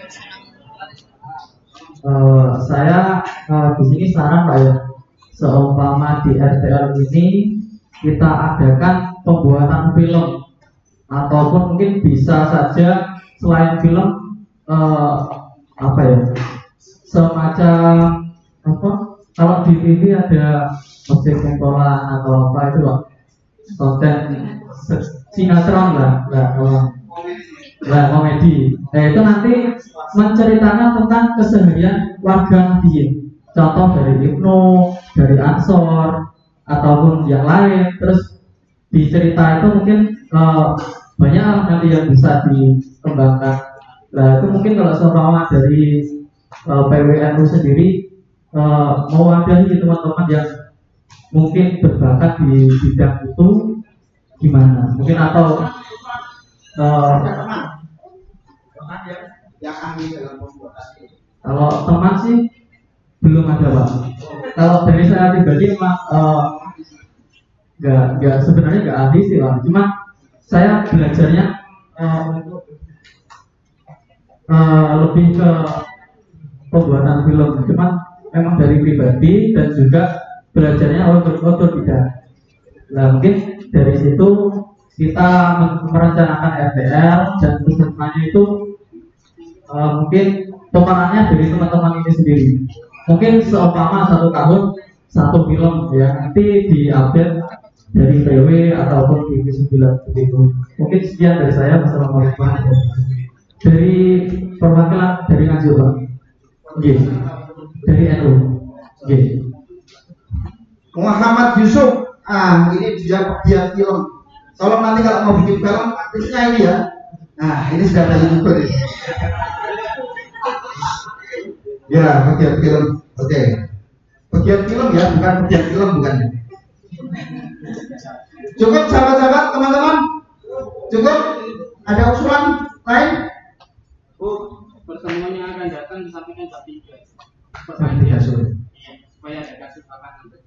I: Uh, saya uh, di sini saran Pak ya, seumpama di R T L ini kita adakan pembuatan film ataupun mungkin bisa saja selain film uh, apa ya, semacam apa? Kalau di T V ada objek pengkolan atau apa itu Pak, konten sinetron lah, lah, lah komedi. Nah itu nanti menceritakan tentang keseharian warga Nahdien. Contoh dari Ibnu, dari Ansor ataupun yang lain. Terus di cerita itu mungkin uh, banyak nanti yang bisa dikembangkan. Nah itu mungkin kalau seumpama dari uh, P W N U sendiri uh, mewadahi teman-teman yang mungkin berbakat di bidang itu gimana? Mungkin atau uh,
B: yang ahli dalam pembuatan ini.
I: Kalau teman sih belum ada Pak. Kalau dari saya pribadi memang uh, nggak nggak sebenarnya nggak ahli sih Pak. Cuma saya belajarnya uh, uh, lebih ke pembuatan film. Cuma memang dari pribadi dan juga belajarnya otodidak. Nah mungkin dari situ kita merencanakan R T L dan pesertanya itu uh, mungkin pemerannya dari teman-teman ini sendiri. Mungkin seumpama satu tahun satu film ya, nanti diupdate dari P W ataupun T V sembilan begitu. Mungkin sekian dari saya. Wassalamualaikum. Dari perwakilan dari Nganjuk Pak. Oke. Dari N U. Oke.
B: Muhammad Yusuf. Ah, ini dia pegiat film. Tolong nanti kalau mau bikin film artisnya ini ya. Nah, ini sudah ada YouTuber ini. Ya, pegiat film. Oke. Okay. Pegiat film ya, bukan pegiat film bukan. Cukup sahabat-sahabat, teman-teman? Cukup? Ada usulan lain?
J: Bu, pertemuan yang akan datang disampaikan jam tiga.
B: Jam tiga sore.
J: Supaya ada kasih makanan.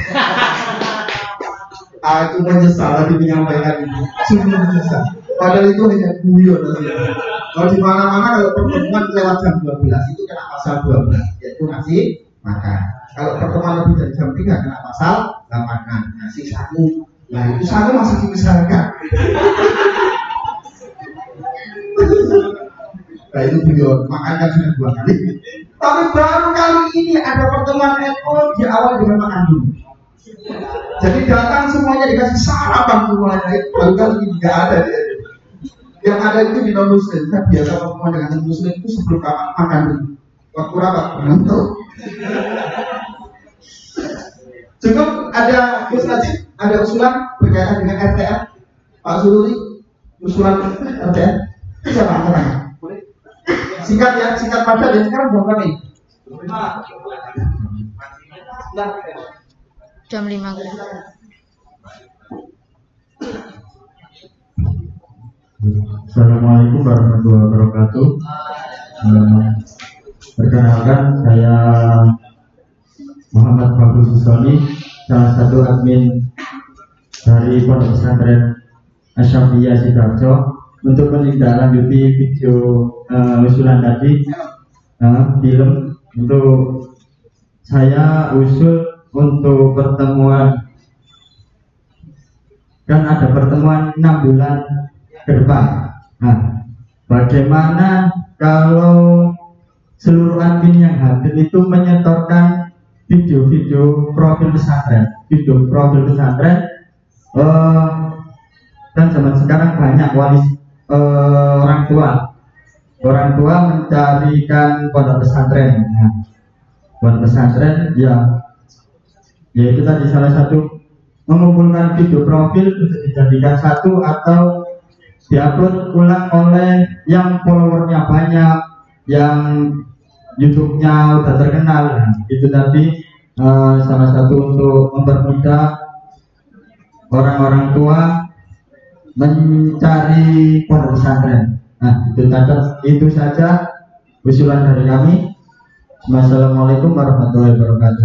B: Aku menyesal lagi menyampaikan ini. Sungguh menyesal. Padahal itu hanya guyon. Kalau di mana-mana kalau pertemuan lewat jam dua belas itu kena pasal dua belas, yaitu ngasih makan. Kalau pertemuan lebih dari jam tiga kena pasal delapan, ngasih saku. Nah itu saku masih dimisalkan. Nah itu guyon, makannya sudah dua kali. Tapi baru kali ini ada pertemuan N U di awal dengan makan dulu. Jadi datang semuanya dikasih sarapan semuanya, itu baru kali nggak ada dia. Yang ada itu di non muslim. Kan biasa pertemuan dengan non muslim itu sebelum makan dulu. Waktu rapat bentuk. Cukup ada Gus Najib, ada usulan berkaitan dengan R T M. Pak Sururi, usulan R T M. Siapa angkatnya? Singkat ya, singkat padat ya. Sekarang jam berapa nih?
F: Jam lima.
C: Assalamualaikum warahmatullahi wabarakatuh. Eh, Perkenalkan, saya Muhammad Fahru Susoni, salah satu admin dari Pondok Pesantren Asy-Syafi'iyah Sidoarjo, untuk menindaklanjuti video uh, usulan tadi, uh, film untuk saya usul untuk pertemuan, kan ada pertemuan enam bulan ke depan. Nah, bagaimana kalau seluruh admin yang hadir itu menyetorkan video-video profil pesantren, video profil pesantren, uh, dan zaman sekarang banyak wali uh, orang tua, orang tua mencarikan pondok pesantren. Nah, pondok pesantren ya, yaitu tadi salah satu mengumpulkan video profil untuk dijadikan satu atau diupload ulang oleh yang followernya banyak, yang YouTube-nya udah terkenal. Nah, itu tadi uh, salah satu untuk mempermudah orang-orang tua mencari pondok pesantren. Nah, itu saja, itu saja usulan dari kami. Wassalamualaikum warahmatullahi wabarakatuh.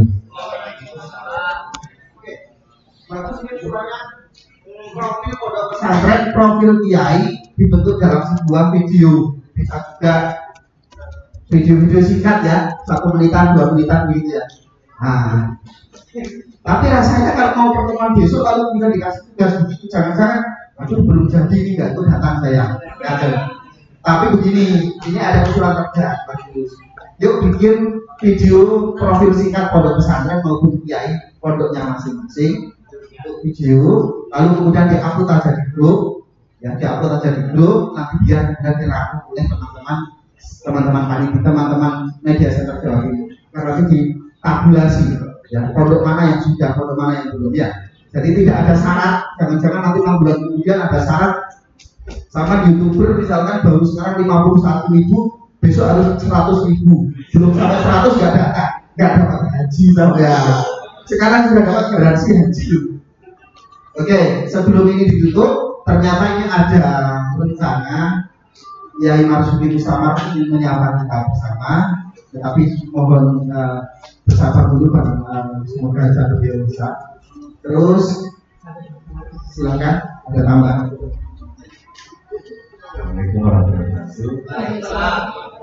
B: Profil pondok pesantren, profil kiai dibentuk dalam sebuah video, bisa juga video-video singkat ya, satu menitan, dua menitan gitu ya. Nah, tapi rasanya kalau mau pertemuan besok kalau bisa dikasih tugas begitu, jangan-jangan aduh belum jadi ini enggak tuh datang saya. Ada. Tapi begini, ini ada usulan kerja bagus. Yuk bikin video profil singkat pondok pesantren maupun kiai pondoknya masing-masing untuk video, lalu kemudian diupload aja di grup, ya diupload aja di grup, nanti biar kemudian dirangkum oleh teman-teman teman-teman kami, teman-teman media center Jawa Timur. Karena itu ditabulasi, ya pondok mana yang sudah, pondok mana yang belum ya. Jadi tidak ada syarat, jangan-jangan nanti enam bulan kemudian ada syarat sama YouTuber misalkan baru sekarang lima puluh satu ribu, besok harus seratus ribu, belum sampai seratus nggak ada nggak dapat haji ya. Sekarang sudah dapat garansi haji. Oke, sebelum ini ditutup, ternyata ini ada rencana Yai Marsudi Musamar ingin menyapa kita bersama, tetapi mohon uh, bersabar dulu Pak, uh, semoga acara beliau bisa. Terus silakan ada tambahan.
E: Assalamualaikum warahmatullahi wabarakatuh.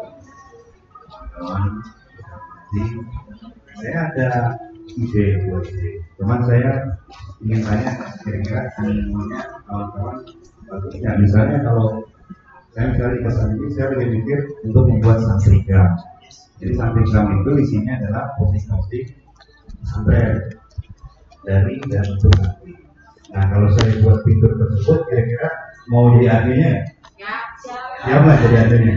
E: Saya ada ide buat ide. Teman saya ingin tanya kira-kira semuanya kawan-kawan bagusnya. Misalnya kalau saya misalnya di pesan ini saya lebih mikir untuk membuat santrigram. Jadi santrigram itu isinya adalah posting-posting pesantren dari dan untuk nanti. Nah kalau saya buat fitur tersebut kira-kira mau jadi adminnya? Siapa lah jadi adminnya?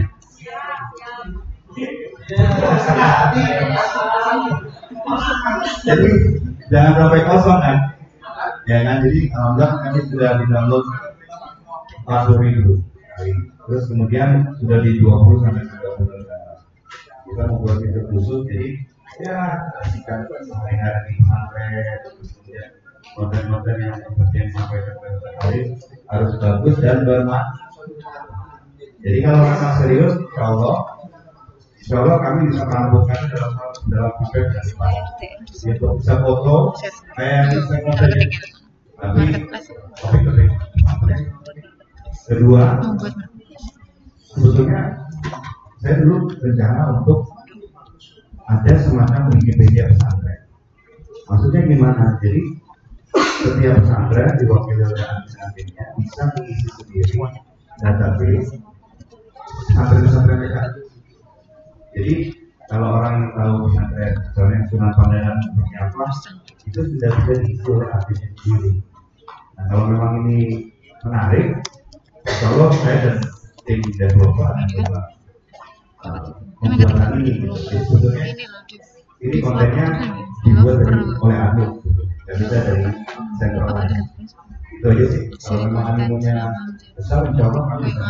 E: Jadi jangan sampai kosong kan? Ya kan, jadi alhamdulillah kami sudah di download empat puluh ribu. Terus kemudian sudah di dua puluh sampai tiga puluh. Kita membuat fitur khusus, jadi ya jika hari-hari sampai kemudian konten-konten yang seperti yang sampai hari harus bagus dan bermanfaat. Jadi kalau memang serius, insya Allah, insya Allah kami bisa melakukan dalam dalam paket dari mana. Untuk bisa foto kayak Instagram saja, tapi topik topik. Kedua, sebetulnya saya dulu rencana untuk ada semacam Wikipedia pesantren. Maksudnya gimana? Jadi setiap pesantren diwakili oleh admin-adminnya bisa mengisi sendiri database pesantren-pesantren mereka. Jadi kalau orang yang tahu pesantren, misalnya Sunan Pandangan seperti apa, itu sudah bisa diisi oleh artisnya sendiri. Nah, kalau memang ini menarik, kalau saya dan tim developer adalah uh, membuat ini, sebetulnya ini kontennya dibuat dari, oleh admin, dan bisa dari sentral lain. Itu aja sih. Kalau memang animunya besar, insya Allah kami bisa.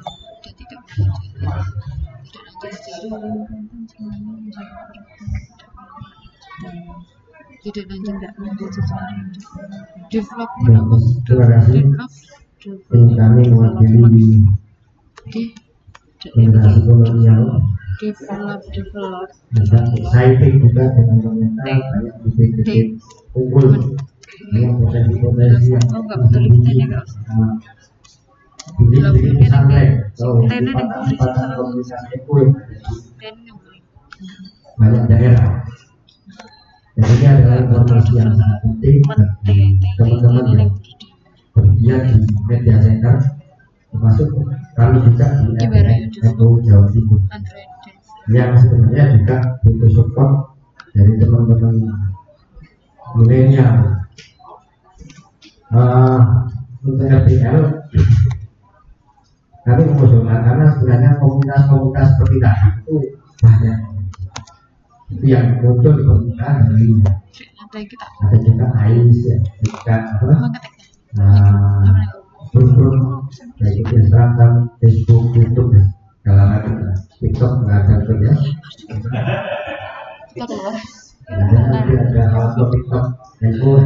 F: Tidak lanjut tidak lanjut secara develop
E: terima kasih tim kami mewakili generasi kolonial
F: develop develop
E: dan exciting juga dengan komentar banyak titik-titik kumpul dengan potensi-potensi yang
F: oh nggak betul kita ya nggak
E: ini jadi pesantren kalau kesempatan komunitas eko banyak daerah. Jadi ini adalah informasi yang sangat penting bagi teman-teman yang bergiat di media center, termasuk kami juga di N U Jawa Timur yang sebenarnya juga butuh support dari teman-teman milenial. Uh, untuk R T L kami mengusulkan karena sebenarnya komunitas-komunitas seperti tadi itu banyak. Itu yang muncul di permukaan dari ada juga A I S ya, juga apa? Nah, grup-grup baik itu Instagram, Facebook, YouTube, segala macam. TikTok nggak ada tuh ya. Ada nanti ada auto TikTok, Facebook.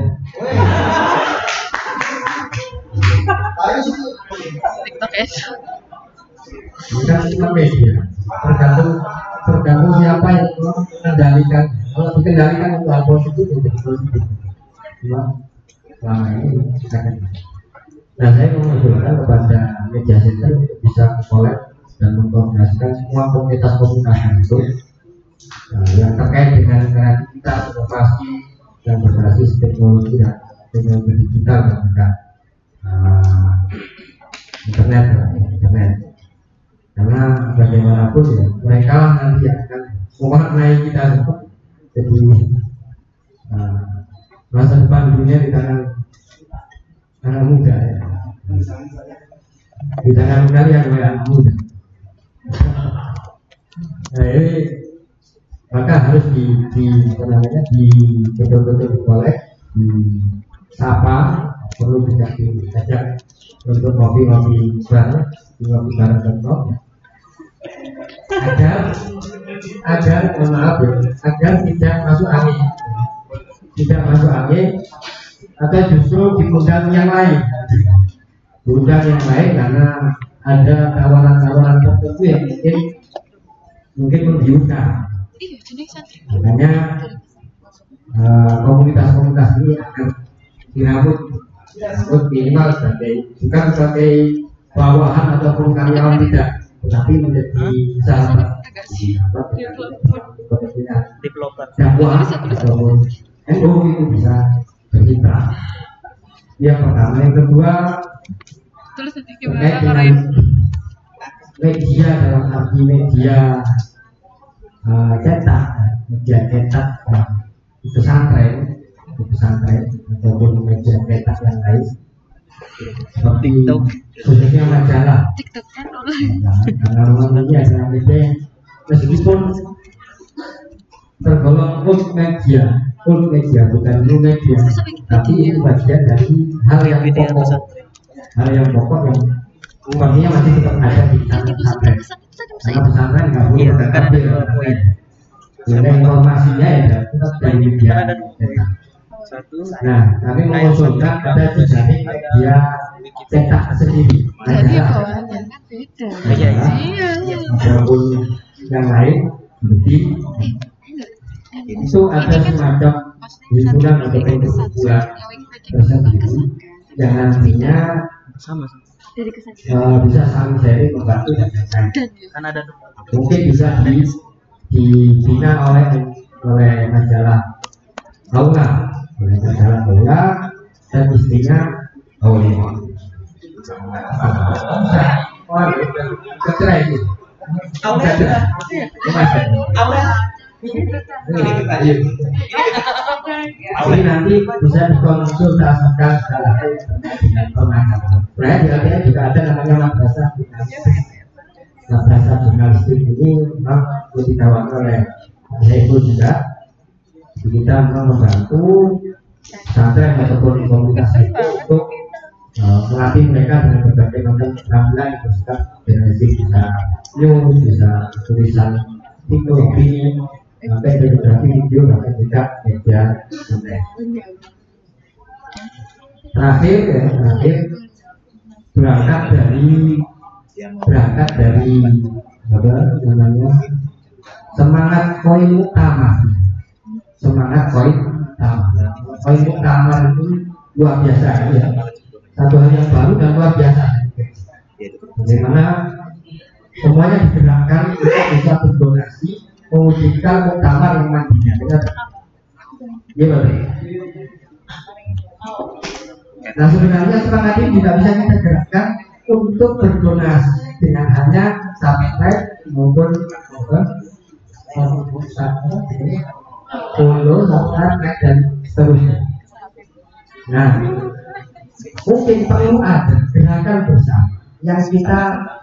F: TikTok es.
E: Bukan cuma media, tergantung tergantung siapa yang mengendalikan. Kalau dikendalikan untuk hal positif itu positif. Cuma selama ini kita kan. Nah, saya mengusulkan kepada media center untuk bisa collab dan mengkoordinasikan semua komunitas-komunitas itu nah, yang terkait dengan kreativitas, inovasi yang berbasis teknologi dan teknologi digital dan juga uh, internet, internet. Karena bagaimanapun ya mereka nanti akan memaknai kita semua. Jadi uh, masa depan dunia di tangan anak muda ya. Di tangan kalian oleh anak muda. Nah ini maka harus di, di apa namanya di betul-betul dikolek, di sapa, perlu juga diajak untuk ngopi-ngopi bareng, ngopi bareng contoh. Agar agar mohon maaf ya, agar tidak masuk angin, tidak masuk angin, atau justru diundang yang lain, diundang yang lain karena ada tawaran-tawaran tertentu yang mungkin mungkin membiuskan. Makanya uh, komunitas-komunitas ini akan dirambut, disebut minimal sebagai bukan sebagai bawahan ataupun karyawan tidak, tetapi menjadi sahabat dakwah ataupun N U itu bisa berkiprah. Yang pertama, yang kedua terkait dengan media dalam arti media uh, cetak, media cetak uh, itu pesantren, itu pesantren ataupun media cetak yang lain seperti khususnya majalah. Karena memang ini adalah media yang meskipun tergolong old media, old media bukan new media, tapi itu bagian dari hal yang pokok, hal yang pokok yang umpamanya masih tetap ada di pesantren. Karena pesantren nggak boleh terkabir, jadi informasinya ya tetap dari media. Nah, kami mengusulkan ada jejaring media cetak sendiri.
F: Jadi bawaannya kan beda. Iya.
E: Walaupun yang lain seperti itu ada semacam himpunan atau perkumpulan tersendiri yang nantinya uh, bisa saling sharing, membantu dan lain-lain. Mungkin bisa di, dibina oleh oleh majalah Aula, oleh majalah Aula dan istrinya Aula. Wah, keren itu. Aula, Aula. Ini kita.
C: Jadi nanti bisa dikonsultasikan segala hal terkait dengan pemahaman. Nah, di L T N juga ada namanya madrasah jurnalistik. Madrasah jurnalistik ini memang didawat oleh saya itu juga. Kita memang membantu sampai ataupun komunitas itu untuk uh, melatih mereka dengan berbagai macam keterampilan yang bersifat jurnalistik, bisa news, bisa tulisan opini, sampai fotografi, video, bahkan juga media konten. Terakhir, ya, terakhir berangkat dari berangkat dari apa namanya semangat koin utama, semangat koin utama, koin utama itu luar biasa ya, satu hal yang baru dan luar biasa. Bagaimana semuanya digerakkan untuk bisa berdonasi mewujudkan muktamar yang mandiri. Gimana? Nah, sebenarnya semangat ini tidak bisa kita gerakkan untuk berdonasi dengan hanya subscribe maupun follow, subscribe, like, dan seterusnya. Nah, mungkin perlu ada gerakan bersama yang kita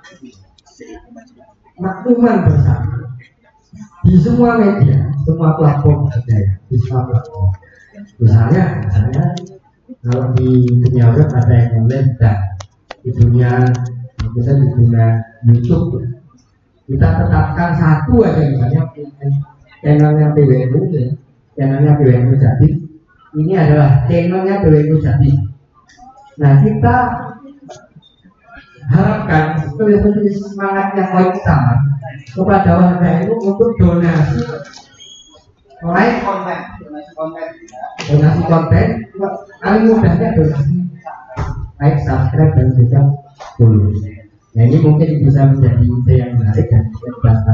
C: makluman bersama di semua media, semua platform ada ya, di semua platform. Misalnya, misalnya kalau di dunia web ada yang online dan di dunia kita di dunia YouTube kita tetapkan satu aja, misalnya channelnya P W N U ya, channelnya P W N U Jatim, ini adalah channelnya P W N U Jatim. Nah, kita harapkan seperti semangat yang paling utama kepada warga itu untuk donasi like konten, donasi konten, donasi konten, paling mudahnya donasi like, subscribe, dan juga follow. Nah, ini mungkin bisa menjadi ide yang menarik dan dibahas.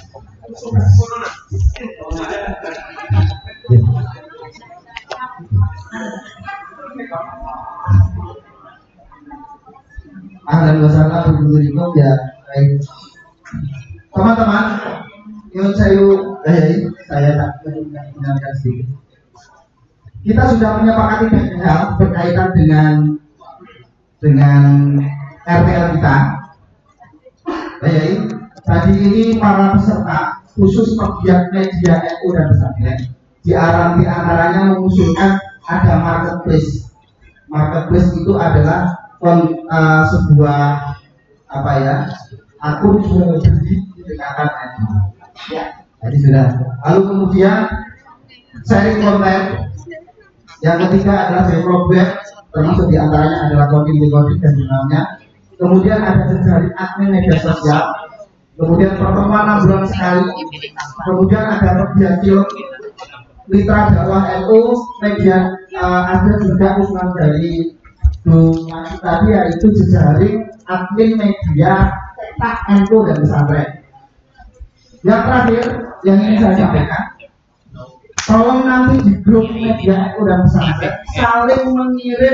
B: Ahlan wa sahlan bikum ya. Baik. Teman-teman, yang saya eh, saya tak mengingatkan sedikit. Kita sudah menyepakati banyak hal berkaitan dengan dengan R T L kita. Baik. Tadi ini para peserta khusus pegiat media N U dan pesantren di arah di antaranya mengusulkan ada marketplace. Marketplace itu adalah kon, uh, sebuah apa ya, akun jual beli dikatakan N U. Ya, tadi sudah. Lalu kemudian sharing konten. Yang ketiga adalah develop web, termasuk di antaranya adalah coding-coding dan jurnalnya. Kemudian ada jejaring admin media sosial. Kemudian pertemuan enam bulan sekali. Kemudian ada media film, mitra dakwah N U, media uh, ada juga usulan dari Dunia tadi yaitu jejaring admin media cetak N U dan pesantren. Yang terakhir yang ingin saya sampaikan, tolong nanti di grup media N U dan pesantren saling mengirim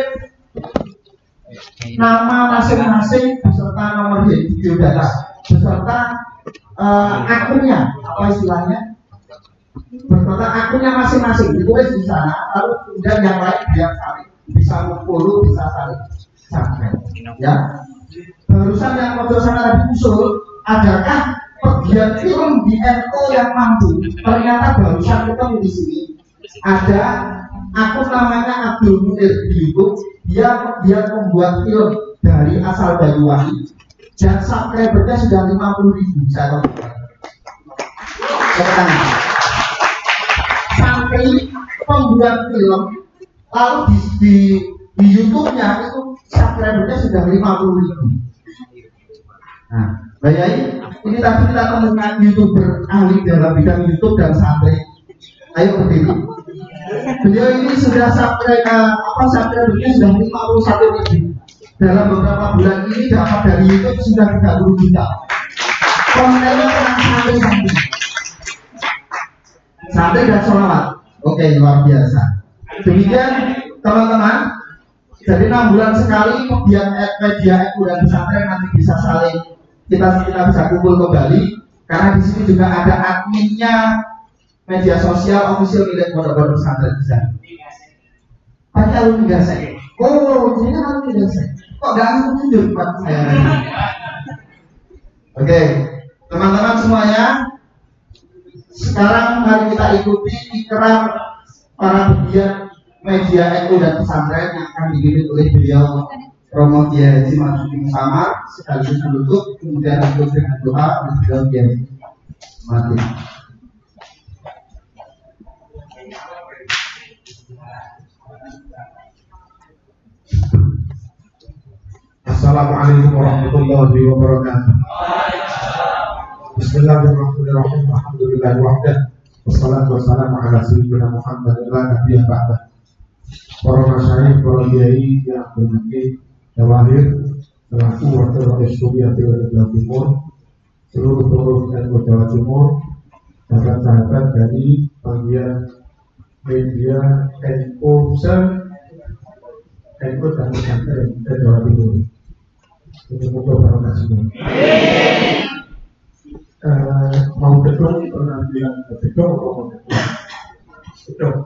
B: nama masing-masing beserta nomor video data beserta uh, akunnya, apa istilahnya, beserta akunnya masing-masing ditulis di sana, lalu kemudian yang lain biar saling bisa follow, bisa saling subscribe. Ya, barusan yang Mojo sana tadi usul, adakah pegiat film di N U yang mampu? Ternyata barusan ketemu di sini ada akun namanya Abdul Munir di YouTube. Dia dia membuat film dari asal Banyuwangi dan subscribernya sudah lima puluh ribu. Saya tahu. Sampai pembuat film lalu di di, di YouTube-nya itu subscribernya sudah lima puluh ribu. Nah, bayai, ini tadi kita temukan YouTuber ahli dalam bidang YouTube dan santri. Ayo berdiri. Beliau ini sudah subscribe apa subscribernya sudah lima puluh satu ribu. Dalam beberapa bulan ini dapat dari YouTube sudah tiga puluh juta. Kontennya tentang santri-santri. Santri dan sholawat. Oke, luar biasa. Demikian teman-teman. Jadi enam bulan sekali pegiat media N U dan pesantren nanti bisa saling kita kita bisa kumpul kembali karena di sini juga ada adminnya media sosial official milik pondok-pondok pesantren di sana. pakai alumni Garsek. Oh, ini kan alumni Garsek. Kok nggak aku tunjuk Pak saya? Oke, teman-teman semuanya, sekarang mari kita ikuti ikrar para pegiat media N U dan pesantren yang akan dipimpin oleh beliau Romo Kiai Haji Marsudi Samar sekaligus menutup, kemudian ditutup dengan doa dan beliau Kiai mati.
E: Assalamualaikum warahmatullahi wabarakatuh. Bismillahirrahmanirrahim. Alhamdulillahi wahdah. Wassalatu wassalamu ala sayyidina Muhammad wa ala alihi wa sahbihi. Para masyayikh, para kiai yang bermimpi lahir selaku wakil rakyat Suryati Jawa Timur, seluruh pengurus N U Jawa Timur, sahabat-sahabat dari bagian media N U N U dan pesantren Jawa Timur. Ini untuk para kasih. Mau gedung pernah bilang gedung atau mau gedung? Gedung.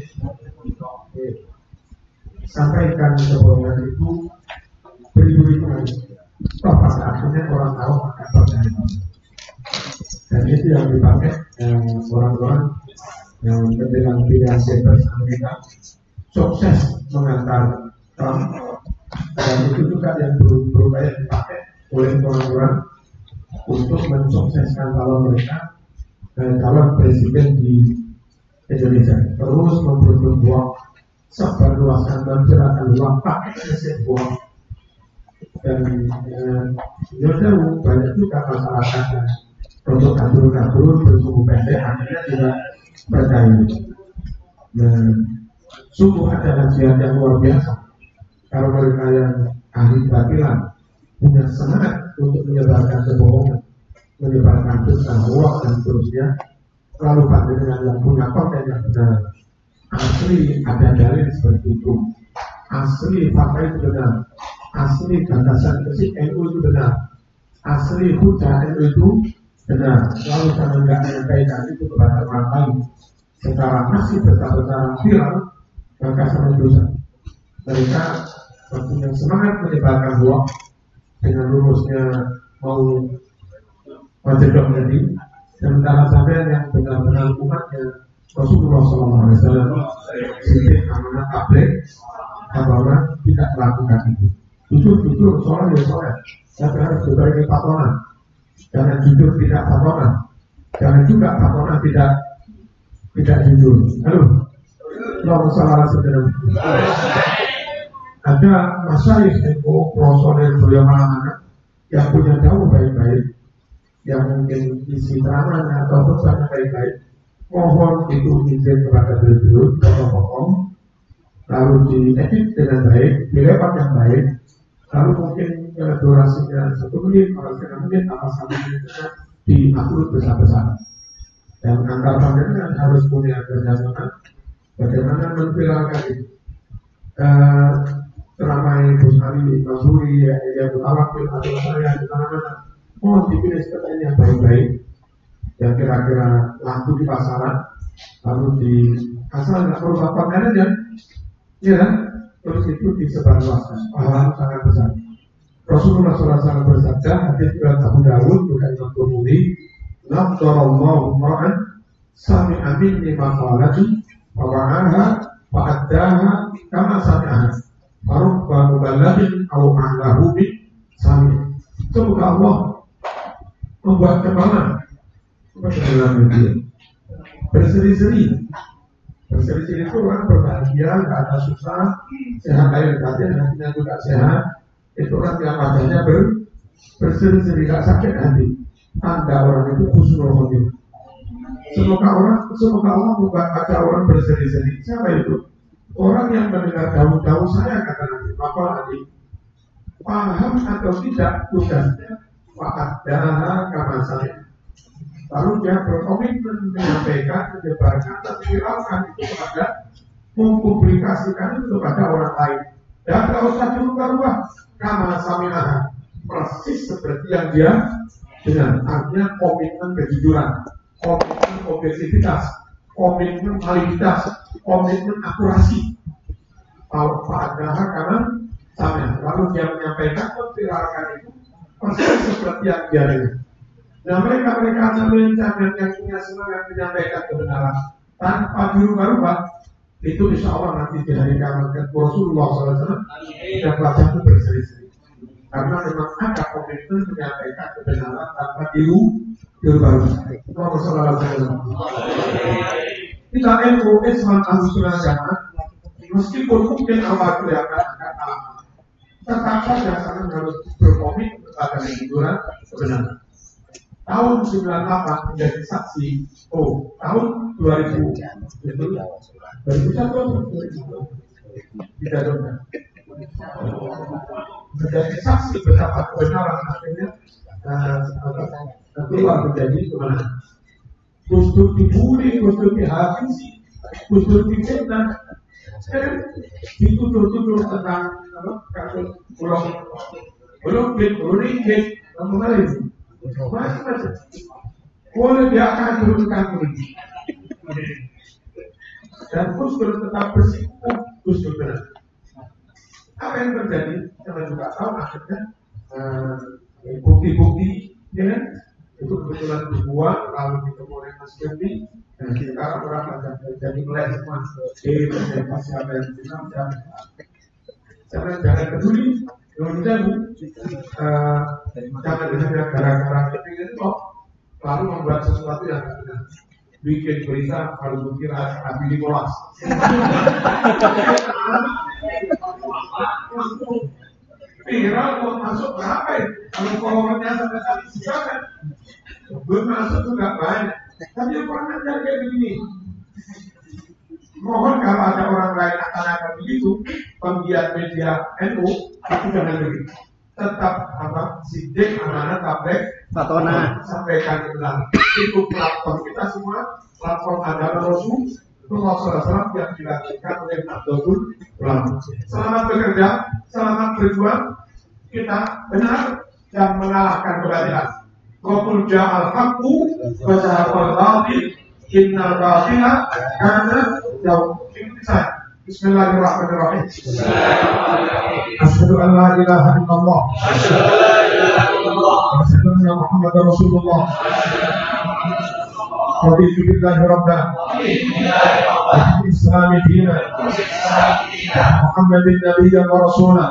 E: Sampaikan kebohongan itu beribu-ribu kali. Toh pada akhirnya orang tahu maka percaya. Dan itu yang dipakai yang orang-orang yang menjelang pilihan bebas Amerika sukses mengantar Trump. Dan itu juga yang berupaya dipakai oleh orang-orang untuk mensukseskan calon mereka dan calon presiden di Indonesia. Terus memperoleh uang, sebarluaskan dan gerakan uang pakai mesin uang. Dan ya jauh banyak juga masyarakat yang untuk kabur-kabur bersungguh pendek akhirnya tidak percaya. Dan sungguh adalah jihad yang luar biasa. Kalau mereka yang ahli batilan punya semangat untuk menyebarkan kebohongan, menyebarkan fitnah, hoax dan seterusnya, lalu banding dengan yang punya konten yang benar, asli ada dalil seperti itu, asli fakta itu benar, asli gagasan kesik N U itu benar, asli hujah N U itu benar, lalu jangan nggak menyampaikan itu kepada orang lain secara masif secara viral, maka sama dosa. Mereka punya semangat menyebarkan hoax dengan lulusnya mau menjedok tadi, sementara sampai yang benar-benar umatnya Rasulullah shallallahu alaihi wasallam sedikit amanah tabligh bahwa tidak melakukan itu. Jujur-jujur soal ya soal, tapi harus diberi patonan. Jangan jujur tidak patonan, jangan juga patonan tidak tidak jujur. Halo, Allahumma shalli ala sayyidina. Ada masyayikh N U, profesor beliau mana-mana yang punya jauh baik-baik, yang mungkin isi ceramahnya atau pesannya baik-baik, mohon itu izin kepada beliau potong-potong, lalu diedit dengan baik, dilewat yang baik, lalu mungkin ya, durasinya satu menit, atau setengah menit, atau satu menit diupload besar-besar. Dan antar pandangan harus punya kerjasama bagaimana memviralkan itu. Uh, Teramai Gus Ali, Mas Huri, ya, yang bertawakil atau saya di mana-mana, mohon dipilih seperti yang baik-baik, yang kira-kira laku di pasaran, lalu di asal nggak perlu paparan aja, ya kan? Terus itu disebarluaskan, pahala sangat besar. Rasulullah shallallahu alaihi wasallam bersabda, hadis riwayat Abu Dawud juga Imam Tirmidzi, "Nadzarallahu ma'an sami'a minni maqalati wa wa'aha wa addaha kama sami'aha." Farubba mubalaghin au ahlahu bi sami. Semoga Allah membuat kebanggaan kepada media. Berseri-seri, berseri-seri itu orang berbahagia, nggak ada susah, sehat lahir batin, hatinya juga sehat. Itu orang yang wajahnya ber, berseri-seri, nggak sakit hati. Tanda orang itu husnul khotimah. Semoga orang, semoga Allah membuat wajah orang berseri-seri. Siapa itu? Orang yang mendengar jauh-jauh saya kata Nabi, apa tadi? Paham atau tidak tugasnya, wa'addaha kama saya. Lalu dia berkomitmen menyampaikan, menyebarkan, dan viralkan itu kepada, mempublikasikan itu kepada orang lain. Dan kalau usah dirubah-rubah, kama sami'aha, persis seperti yang dia dengar. Artinya komitmen kejujuran, komitmen objektivitas, komitmen validitas, komitmen akurasi.
K: Padahal karena sama, lalu dia menyampaikan memviralkan itu persis seperti yang dia dengar. Nah mereka-mereka yang yang punya semangat menyampaikan kebenaran tanpa dirubah-rubah, itu insya Allah nanti di hari kiamat Rasulullah shallallahu alaihi wasallam dan wajah itu berseri-seri. Karena memang ada komitmen menyampaikan kebenaran tanpa dirubah-rubah. Rasulullah shallallahu alaihi wasallam. Kita N U Islam Ahlussunnah Jamaah, meskipun mungkin awal kelihatan kata, tetap saja sangat harus berkomit kepada kejujuran kebenaran. Tahun sembilan puluh delapan menjadi saksi. Oh, tahun dua ribu itu dua ribu satu tidak ada. Menjadi saksi betapa kebenaran akhirnya keluar menjadi kebenaran. Gus Dur dibully, Gus Dur dihabisi, Gus Dur difitnah, ditutur-tutur tentang apa? Kasus pulau belum belum ringgit, kembali. Macam-macam. Boleh dia akan turunkan politik. Dan Gus Dur tetap bersikukuh, Gus Dur benar. Apa yang terjadi? Kita juga tahu akhirnya bukti-bukti, ya kan? Itu kebetulan dibuang lalu ketemu oleh Mas Kendi dan sekarang orang macam jadi melek semua jadi jadi siapa yang bilang jangan jangan peduli jangan jangan jangan gara-gara kepingin kok lalu membuat sesuatu yang tidak bikin berita kalau kira Abi Nicholas viral mau masuk berapa ya kalau followernya sampai satu juta kan belum masuk juga banyak tapi yang pernah jadi kayak begini mohon kalau ada orang lain akan-akan begitu penggiat media N U itu jangan begitu tetap apa sidik amanah tablet Fatona sampaikan ulang itu platform kita semua platform adalah Rasul Rasulullah shallallahu alaihi wasallam yang dilakukan oleh Nahdlatul Ulama. Selamat bekerja, selamat berjuang. Kita benar dan mengalahkan kebatilan. Qul ja'al haqqu wa zahaqal batil innal batila kana zahuqa. Bismillahirrahmanirrahim. Asyhadu an la ilaha illallah. Asyhadu an la ilaha illallah. Asyhadu anna Muhammadar Rasulullah. Raditu billahi rabban wa bil islami dinan Muhammadin nabiyyan wa rasulan.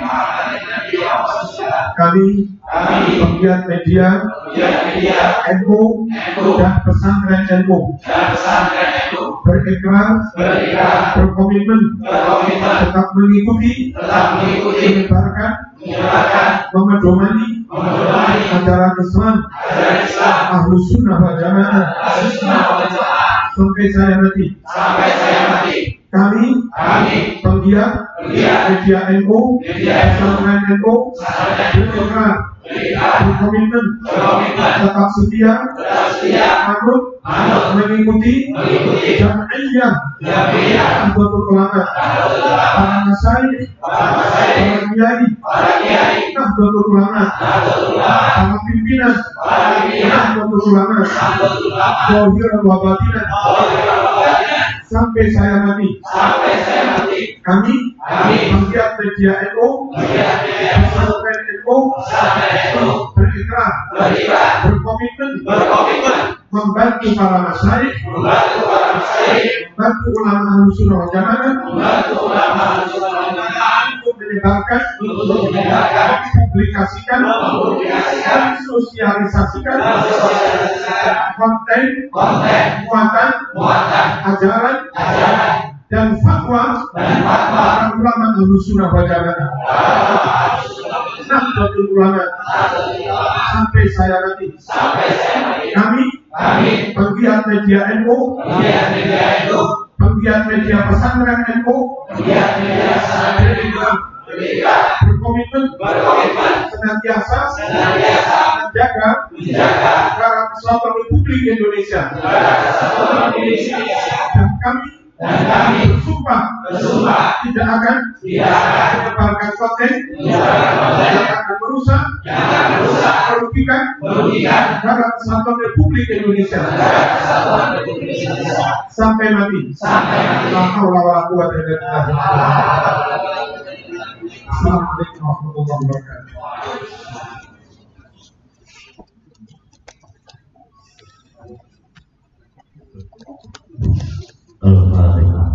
K: Kami penggiat media N U dan pesantren N U berikrar berkomitmen tetap mengikuti menyebarkan memedomani ajaran Islam Ahlussunnah wal Jamaah sampai saya mati. Kami penggiat media N U pesantren N U berikrar berkomitmen tetap setia manut mengikuti jamaah Nahdlatul Ulama para masyayikh para kiai Nahdlatul Ulama para pimpinan Nahdlatul Ulama zahiran wa batinan sampai saya mati. Kami penggiat media N U pesantren N U berikrar berkomitmen membantu para masyayikh membantu ulama Ahlussunnah wal Jamaah untuk menyebarkan publikasikan sosialisasikan konten muatan ajaran dan fatwa para ulama Ahlussunnah wal Jamaah Nahdlatul Ulama sampai saya mati. Kami penggiat media N U penggiat media pesantren N U berkomitmen senantiasa menjaga negara Kesatuan Republik Indonesia dan kami bersumpah tidak akan menyebarkan konten yang akan merusak merugikan? Merugikan. Negara Kesatuan Republik Indonesia. Sampai mati. Sampai mati. La haula wala quwwata illa billah. Assalamualaikum warahmatullahi wabarakatuh.
C: Al-Fatihah.